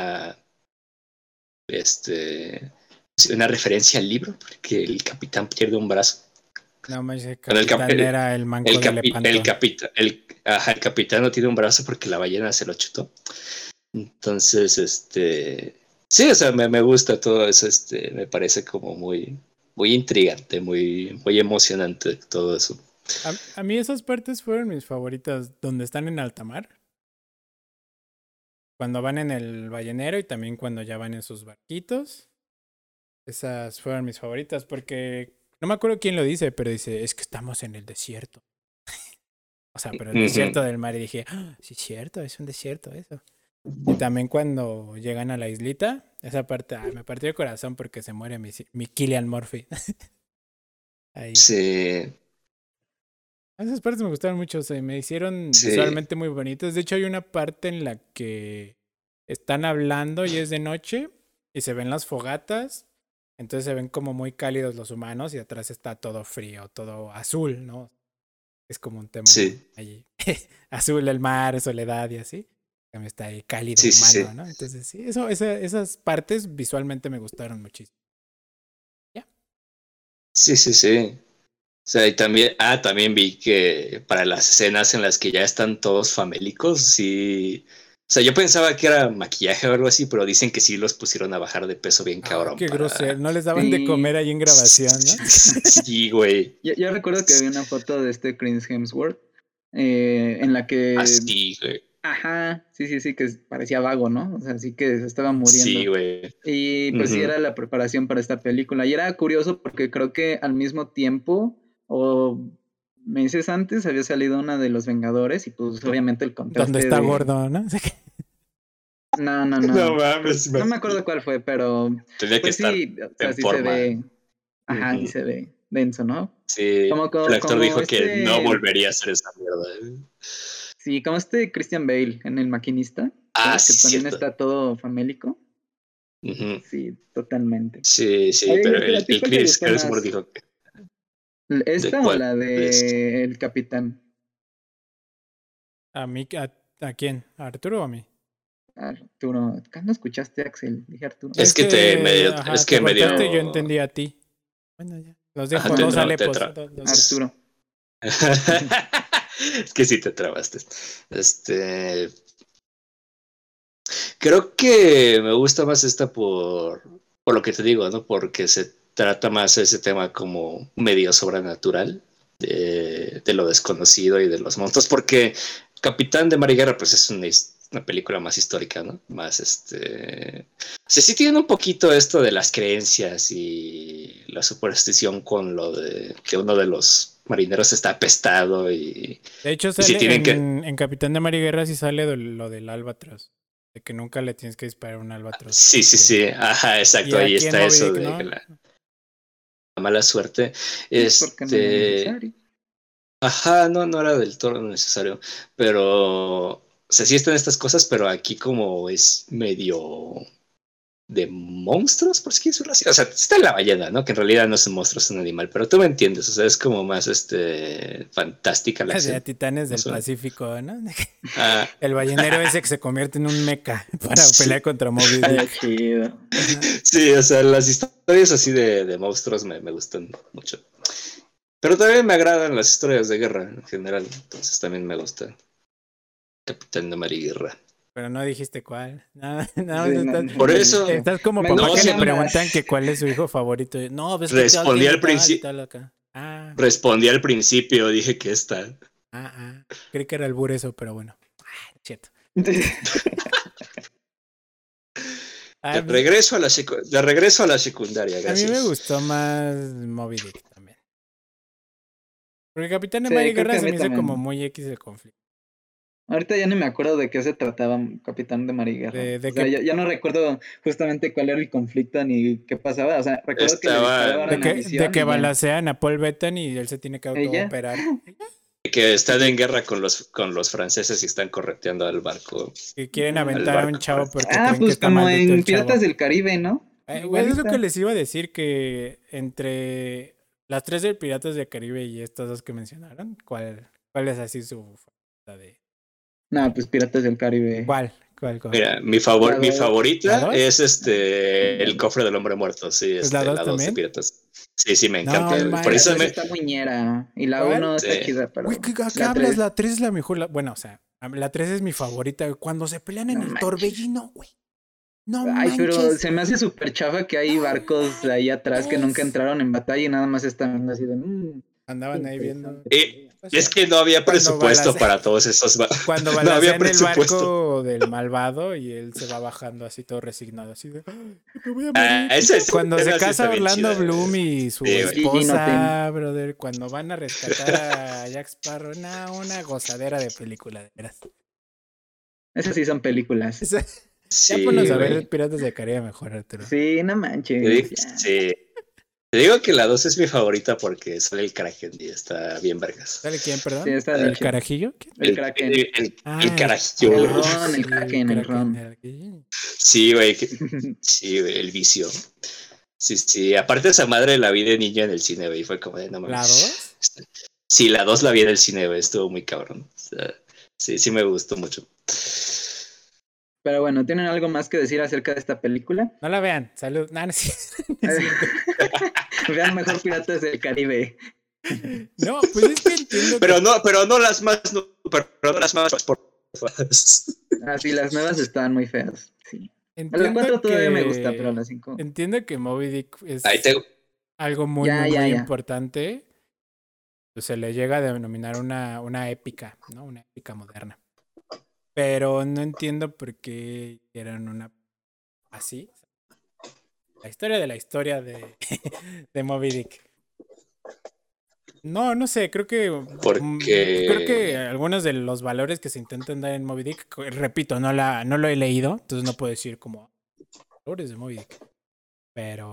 una referencia al libro, porque el capitán pierde un brazo. No, el capitán era el manco de Lepanto. El capitán no tiene un brazo porque la ballena se lo chutó. Entonces, sí, o sea, me gusta todo eso, me parece como muy, muy intrigante, muy, muy emocionante todo eso. A mí esas partes fueron mis favoritas, donde están en alta mar. Cuando van en el ballenero y también cuando ya van en sus barquitos. Esas fueron mis favoritas porque no me acuerdo quién lo dice, pero dice, es que estamos en el desierto. O sea, pero el desierto del mar. Y dije, sí, es cierto, es un desierto eso. Y también cuando llegan a la islita, esa parte me partió el corazón porque se muere mi Cillian Murphy. Ahí. Sí. Esas partes me gustaron mucho, me hicieron visualmente muy bonitas. De hecho, hay una parte en la que están hablando y es de noche y se ven las fogatas. Entonces se ven como muy cálidos los humanos y atrás está todo frío, todo azul, ¿no? Es como un tema allí. Azul el mar, soledad y así. También está ahí cálido humano, ¿no? Entonces sí, esas partes visualmente me gustaron muchísimo. ¿Ya? Sí. O sea, y también vi que para las escenas en las que ya están todos famélicos, sí. O sea, yo pensaba que era maquillaje o algo así, pero dicen que sí los pusieron a bajar de peso bien cabrón. Qué grosero. No les daban de comer ahí en grabación, ¿no? Sí, güey. Yo recuerdo que había una foto de Chris Hemsworth en la que... Así, güey. Ajá, sí, que parecía vago, ¿no? O sea, sí que se estaba muriendo. Sí, güey. Y pues sí era la preparación para esta película. Y era curioso porque creo que al mismo tiempo, o meses antes, había salido una de Los Vengadores y pues obviamente el contraste. Donde está gordo, ¿no? No. No mames. No me acuerdo cuál fue, pero tenía pues que estar sí, o sea, en sí forma. se ve. Ajá, sí se ve denso, ¿no? Sí, el actor dijo que no volvería a hacer esa mierda. Sí, como Christian Bale en El Maquinista. Sí, que también cierto. está todo famélico. Sí, totalmente. Sí, pero el Chris Hemsworth dijo que... ¿Esta o la de El Capitán? ¿A mí? ¿A quién? ¿A Arturo o a mí? Arturo. ¿Cuándo escuchaste, Axel? Dije Arturo. Es que me dio... Yo entendí a ti. Bueno, ya. Los dejo dos alepos. Arturo. Es que sí te trabaste. Creo que me gusta más esta por lo que te digo, ¿no? Porque se trata más ese tema como medio sobrenatural de lo desconocido y de los monstruos, porque Capitán de Mar y Guerra pues es una película más histórica, ¿no? Más sí tiene un poquito esto de las creencias y la superstición con lo de que uno de los marineros está apestado y... De hecho sale en Capitán de Mar y Guerra sí sale lo del albatros. De que nunca le tienes que disparar a un albatros. Sí. Ajá, exacto. Ahí está eso de la mala suerte. Porque no es necesario. Ajá, no era del todo necesario, pero, o sea, sí están estas cosas, pero aquí como es medio de monstruos, por así decirlo así. O sea, está la ballena, ¿no? Que en realidad no es un monstruo, es un animal, pero tú me entiendes, o sea, es como más fantástica la De acción. Titanes del O sea, Pacífico, ¿no? ah, El ballenero ese que se convierte en un mecha para sí, pelear contra Moby Estaría Dick. chido. Ajá. sí, o sea, las historias así de monstruos me gustan mucho. Pero también me agradan las historias de guerra en general, entonces también me gusta Capitán de Mar y Guerra. Pero no dijiste cuál. Nada más Sí, estás, Por eso, estás como Me papá no, que le sí, gustan preguntan más. que cuál es su hijo favorito. No, ves que tal respondí tiene al tal y principio, tal acá. Ah, dije que esta. creí que era albur eso, pero bueno. Cierto. Ah, pues, De regreso a la secundaria, a mí me gracias. gustó más Moby Dick también. Porque Capitán de Mar y Sí, creo que Guerra a se me mí hizo como también. muy X el conflicto. Ahorita ya no me acuerdo de qué se trataba Capitán de Mar y Guerra. De O sea, que, ya no recuerdo justamente cuál era el conflicto ni qué pasaba. O sea, recuerdo que le disparaban de en la Estaban que, de misión que y ya. balacean a Paul Bettany y él se tiene que Ella. autooperar. que están en Y... guerra con los franceses y están correteando Que quieren ah, aventar a un al barco. chavo porque creen que pues está como maldito en el Piratas chavo. del Caribe, ¿no? Güey, es lo que Igualita. les iba a decir, que entre las tres de Piratas del Caribe y estas dos que mencionaron, ¿cuál es así su favorita de? No, pues Piratas del Caribe. ¿Cuál? Mira, La mi 2. ¿La favorita dos? es el cofre del hombre muerto, sí, ¿Es la dos la 2 de también? piratas. Sí, sí, me No encanta. Esa manches. Precisamente, está muy ñera. Y la ¿Cuál? 1 está sí. chida, Güey, pero ¿qué la hablas? 3, La 3 es la mejor. Bueno, o sea, la 3 es mi favorita. Cuando se pelean en no el manches. torbellino, güey. No Ay, pero manches. se me hace súper chafa que hay No barcos ahí atrás que nunca manches. entraron en batalla y nada más están viendo así de... qué Andaban ahí viendo. interesante pelea. O Es sea, que no había cuando presupuesto balas. para todos esos. Cuando No había balacean el presupuesto. barco del malvado y él se va bajando así todo resignado, así de "Ay, me voy a morir". Esa Cuando se escena sí está casa bien Orlando chida. Bloom y su Sí, güey. Gigi Noten. esposa, brother, cuando van a rescatar a Jack Sparrow, una gozadera de película, de veras. Esas sí son películas. Ya ponnos Sí, a ver güey. Piratas de Caribe mejor, Arturo. Sí, no manches. Ya. Sí. Te digo que la 2 es mi favorita porque sale el Kraken y está bien vergas. ¿Sale quién, Sí, perdón? está bien ¿El chido. carajillo? ¿Quién? El Kraken. El El carajillo. El Ron, Ron, el sí, Kraken, el Ron. Sí, güey. Sí, güey, el vicio. Sí. Aparte esa madre la vi de niña en el cine, güey. Fue como de no ¿La mames. 2? Sí, la 2 la vi en el cine, güey. Estuvo muy cabrón. O sea, sí me gustó mucho. Pero bueno, ¿tienen algo más que decir acerca de esta película? No la vean, salud. No, no es cierto. No es cierto. Vean mejor Piratas del Caribe. No, pues es que entiendo que Pero no las más, pero no las más Ah, sí, las nuevas estaban muy feas. Sí. La entiendo 4 todavía me gusta, que pero la 5. entiendo que Moby Dick es Ahí te, algo muy, Ya, muy, ya, muy ya. importante. Pues se le llega a denominar una épica, ¿no? Una épica moderna. Pero no entiendo por qué eran una así. La historia de, de Moby Dick. No sé, creo que porque algunos de los valores que se intentan dar en Moby Dick, repito, no lo he leído, entonces no puedo decir como valores de Moby Dick. Pero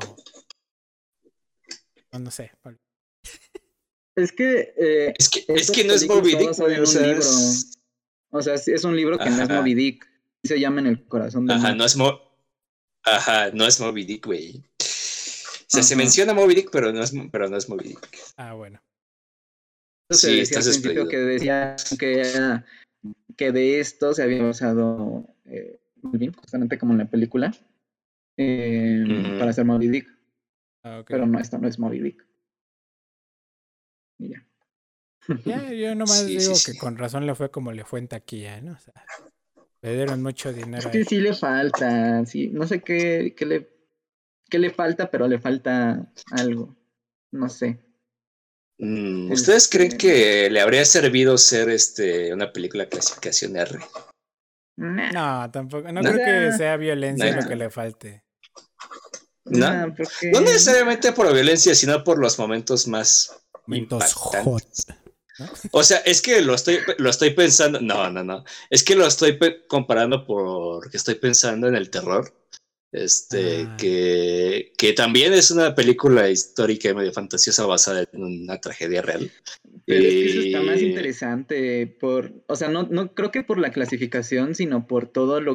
no sé. Es que es esta que no es película Moby está Dick, basada güey, en o un sea, libro. O sea, sí, es un libro que no es Moby ajá, Dick. Se llama En el corazón del ajá, mar. no es Moby Dick, güey. O sea, se Ajá. menciona Moby Dick, pero no es Moby Dick. Ah, bueno. Eso se Sí, decía al estás principio que despedido. decía que de esto se había basado Moby Dick, justamente como en la película, para hacer Moby Dick. Ah, ok. Pero no, esta no es Moby Dick. Y ya. Ya, yo nomás Sí, digo que sí. con razón le fue como le fue en taquilla, ¿no? O sea, le dieron mucho Es dinero que ahí. sí le falta, sí, no sé qué le falta, pero le falta algo. No sé. ¿Ustedes creen Este, que le habría servido ser una película clasificación R? nah, No, tampoco. No No, o creo que sea, sea violencia lo nah, que le falte. ¿no? porque No necesariamente por violencia, sino por los momentos más Momentos hot, impactantes. ¿no? O sea, es que lo estoy pensando. No. Es que lo estoy comparando porque estoy pensando en el terror. Ah, Que también es una película histórica y medio fantasiosa basada en una tragedia real. Pero es que eso está más interesante o sea, no creo que por la clasificación, sino por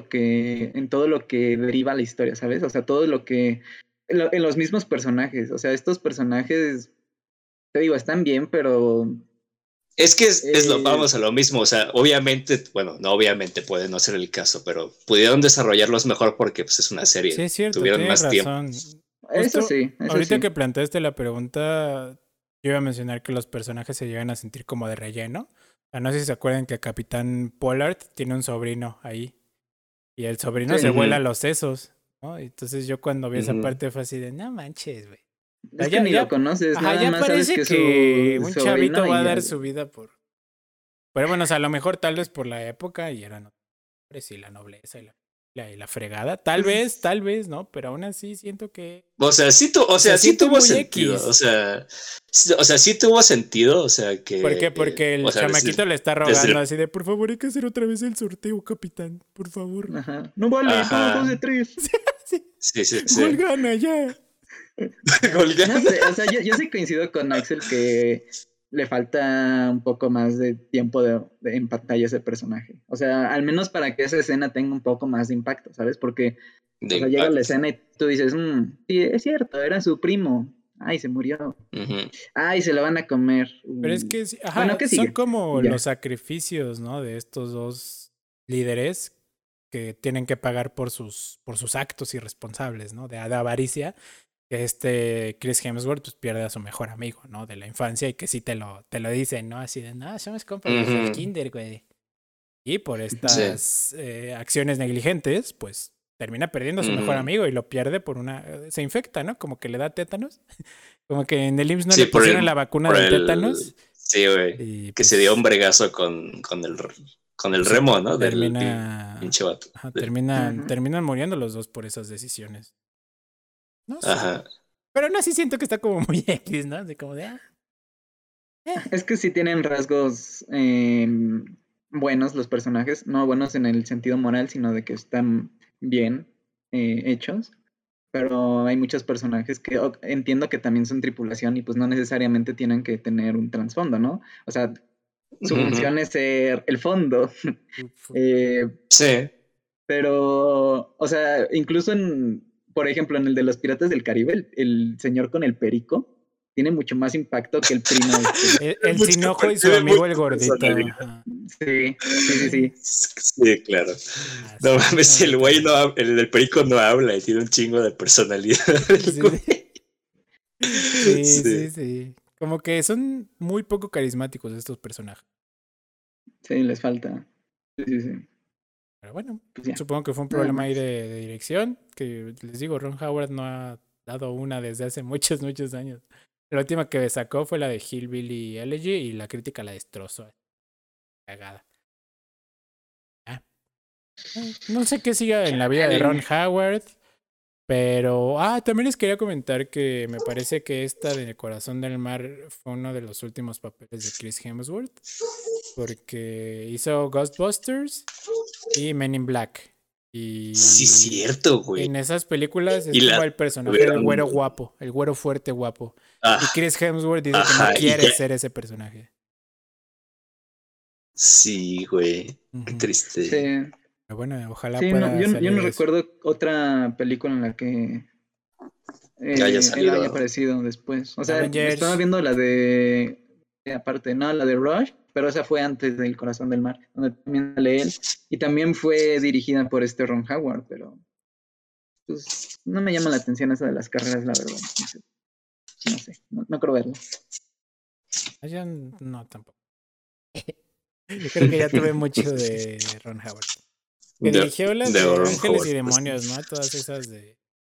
en todo lo que deriva la historia, ¿sabes? O sea, todo lo que, en los mismos personajes, o sea, estos personajes, te digo, están bien, pero... Es que vamos a lo mismo, o sea, obviamente, bueno, no obviamente puede no ser el caso, pero pudieron desarrollarlos mejor porque pues, es una serie. Sí, es cierto, tuvieron más razón. tiempo. Eso sí, ahorita que planteaste la pregunta, yo iba a mencionar que los personajes se llegan a sentir como de relleno. O sea, no sé si se acuerdan que el Capitán Pollard tiene un sobrino ahí. Y el sobrino se vuela los sesos, ¿no? Entonces yo cuando vi esa parte fue así de, no manches, güey. Es que ni lo conoces, nada más sabes que su un sobrino chavito va a dar su vida por... Pero bueno, o sea, a lo mejor tal vez por la época y eran hombres y la nobleza y la fregada. Tal vez, ¿no? Pero aún así siento que... O sea, sí tuvo sentido. O sea, sí tuvo sentido. O sea, que... ¿Por qué? Porque el chamaquito le está rogando así de, por favor, hay que hacer otra vez el sorteo, capitán. Por favor. Ajá. No vale, no, 2 de 3. Sí. Gol gana, ya. Gol gana. No sé, o sea, yo sí coincido con Axel que le falta un poco más de tiempo en pantalla a ese personaje. O sea, al menos para que esa escena tenga un poco más de impacto, ¿sabes? Porque llega la escena y tú dices, sí, es cierto, era su primo. Ay, se murió. Ay, se lo van a comer. Pero es que, bueno, ¿qué sigue? Son como los sacrificios, ¿no? De estos dos líderes que tienen que pagar por sus actos irresponsables, ¿no? De avaricia. Que Chris Hemsworth pues pierde a su mejor amigo, ¿no? De la infancia y que sí te lo dicen, ¿no? Así de, no, somos compas desde el kinder, güey. Y por estas acciones negligentes, pues termina perdiendo a su mejor amigo y lo pierde por se infecta, ¿no? Como que le da tétanos. Como que en el IMSS no le pusieron la vacuna del tétanos. Sí, güey. Que pues, se dio un bregazo con el remo, ¿no? Termina, del pinche vato. Terminan muriendo los dos por esas decisiones. No sé. Ajá. Pero no, sí siento que está como muy X, ¿no? Así como de... Es que sí tienen rasgos buenos los personajes. No buenos en el sentido moral, sino de que están bien hechos. Pero hay muchos personajes que entiendo que también son tripulación y pues no necesariamente tienen que tener un trasfondo, ¿no? O sea, su función es ser el fondo. Sí. Pero, o sea, incluso por ejemplo, en el de los Piratas del Caribe, el señor con el perico tiene mucho más impacto que el primo. El sinojo y su amigo el gordito. Sí. Sí, claro. No mames, el güey el del perico no habla y tiene un chingo de personalidad. Sí. Como que son muy poco carismáticos estos personajes. Sí, les falta. Sí. Pero bueno, pues supongo que fue un problema ahí de dirección, que les digo, Ron Howard no ha dado una desde hace muchos años. La última que sacó fue la de Hillbilly Elegy y la crítica la destrozó. Cagada. No sé qué siga en la vida de Ron Howard, pero... también les quería comentar que me parece que esta de El Corazón del Mar fue uno de los últimos papeles de Chris Hemsworth, porque hizo Ghostbusters y Men in Black. Y sí, cierto, güey. En esas películas es como el personaje del güero guapo, el güero fuerte guapo. Y Chris Hemsworth dice que no quiere ser ese personaje. Sí, güey. Qué triste. Sí. Pero bueno, ojalá pueda yo no recuerdo otra película en la que él haya aparecido después. O sea, Avengers. Estaba viendo la de... Aparte, no, la de Rush, pero esa fue antes del Corazón del Mar, donde también sale él. Y también fue dirigida por Ron Howard, pero pues no me llama la atención esa de las carreras, la verdad. No sé, no creo verla. Yo no, tampoco. Creo que ya tuve mucho de Ron Howard. Que dirigió las de Ángeles y Demonios, ¿no? Todas esas de...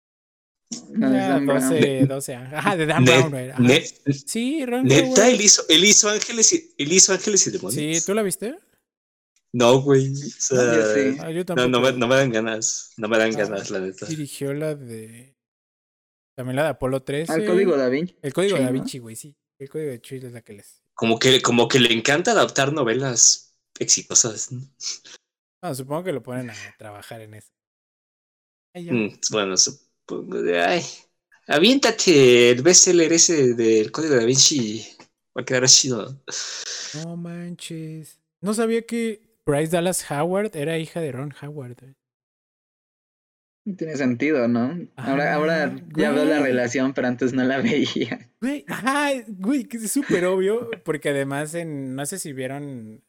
12 Ajá, de Dan Brown. Sí, Ron ¿Neta? Howard. Él hizo Ángeles y Demonios. Sí, ¿tú la viste? No, güey. O sea, yo tampoco. No me dan ganas. No me dan ganas, la neta. Dirigió la de... También la de Apolo 13. El Código Da Vinci. El Código Da Vinci, güey, sí. El Código Da Vinci es la que les... Como que le encanta adaptar novelas exitosas. No, supongo que lo ponen a trabajar en eso. Bueno, supongo de... Aviéntate el bestseller ese del Código Da Vinci. Va a quedar chido. No manches. No sabía que Bryce Dallas Howard era hija de Ron Howard. Tiene sentido, ¿no? Ahora ya veo la relación, pero antes no la veía. Güey, ajá, güey, que es súper obvio, porque además no sé si vieron,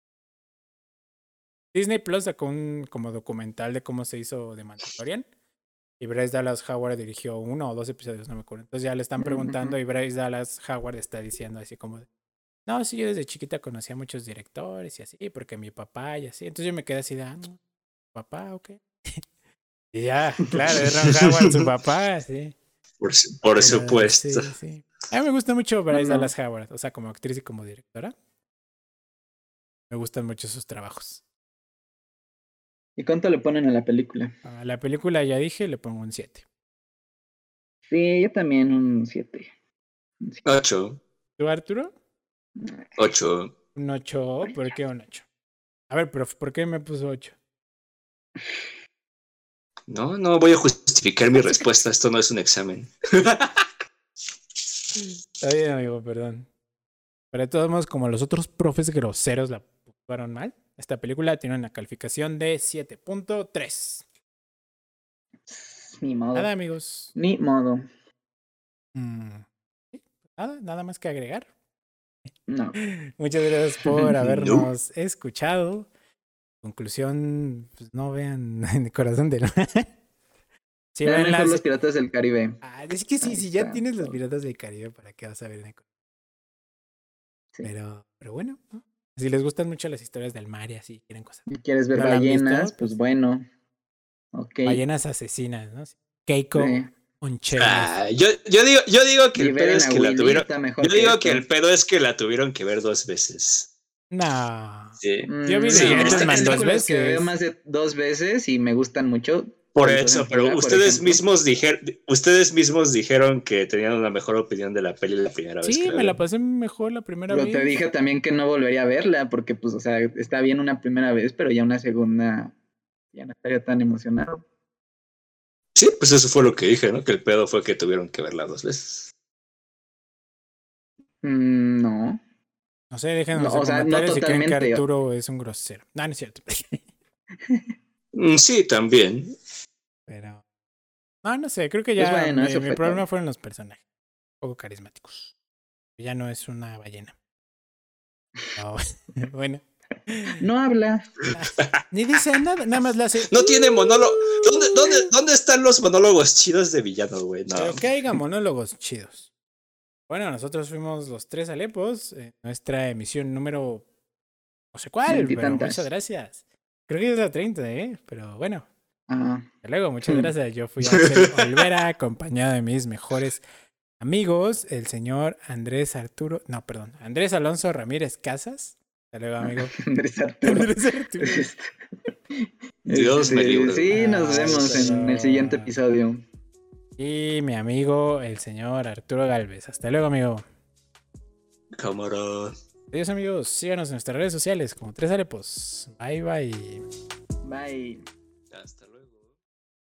Disney Plus sacó un como documental de cómo se hizo The Mandalorian, y Bryce Dallas Howard dirigió 1 o 2 episodios, no me acuerdo. Entonces ya le están preguntando y Bryce Dallas Howard está diciendo así como, no, sí, yo desde chiquita conocía a muchos directores y así, porque mi papá y así. Entonces yo me quedé así de, papá, ok. Y ya, claro, es Ron Howard su papá, sí. Por supuesto. Sí, sí. A mí me gusta mucho Bryce Dallas Howard, o sea, como actriz y como directora. Me gustan mucho sus trabajos. ¿Y cuánto le ponen a la película? A la película, ya dije, le pongo un 7. Sí, yo también un 7. 8. ¿Tú, Arturo? 8. Un 8. ¿Por qué un 8? A ver, pero ¿por qué me puso 8? No voy a justificar mi respuesta. Esto no es un examen. Está bien, amigo, perdón. Pero de todos modos, como los otros profes groseros la fueron mal, esta película tiene una calificación de 7.3. Ni modo. Nada, amigos. Ni modo. ¿Sí? Nada más que agregar. No. Muchas gracias por habernos escuchado. Conclusión, pues no vean el corazón del mar. Sí, vean mejor Los Piratas del Caribe. Es que sí, si ya tienes Los Piratas del Caribe, ¿para qué vas a ver? Sí. Pero bueno, ¿no? Si les gustan mucho las historias del mar y así, quieren cosas. Si quieres ver ballenas, pues bueno. Okay. Ballenas asesinas, ¿no? Keiko Oncheles. Yo digo que el pedo es que la tuvieron. Yo digo que el pedo es que la tuvieron que ver 2 veces. No. Sí. Yo vi más 2 veces. Que veo más de 2 veces y me gustan mucho. Por eso, pero ustedes mismos dijeron que tenían una mejor opinión de la peli la primera vez. Sí, me la pasé mejor la primera vez. Pero te dije también que no volvería a verla, porque pues, o sea, está bien una primera vez, pero ya una segunda ya no estaría tan emocionado. Sí, pues eso fue lo que dije, ¿no? Que el pedo fue que tuvieron que verla 2 veces. No. No sé, déjenos en comentarios si creen que Arturo es un grosero. No es cierto. Sí, también. Pero no sé, creo que ya pues bueno, mi problema fueron los personajes. Un poco carismáticos. Ya no es una ballena. No, bueno. No habla. Ni dice nada más le hace. No tiene monólogo. ¿Dónde están los monólogos chidos de villano, güey? No. Pero que haya monólogos chidos. Bueno, nosotros fuimos los 3 Alepos. Nuestra emisión número. No sé cuál, pero muchas gracias. Creo que es la 30, pero bueno. Hasta luego, muchas gracias. Yo fui Axel Olvera, acompañado de mis mejores amigos, el señor Andrés Alonso Ramírez Casas. Hasta luego, amigo. Andrés Arturo. Dios me libre. Sí, nos vemos en el siguiente episodio. Y mi amigo, el señor Arturo Galvez. Hasta luego, amigo. Cámara. Adiós, amigos. Síganos en nuestras redes sociales como 3 Alepos. Bye, bye. Bye. Hasta luego.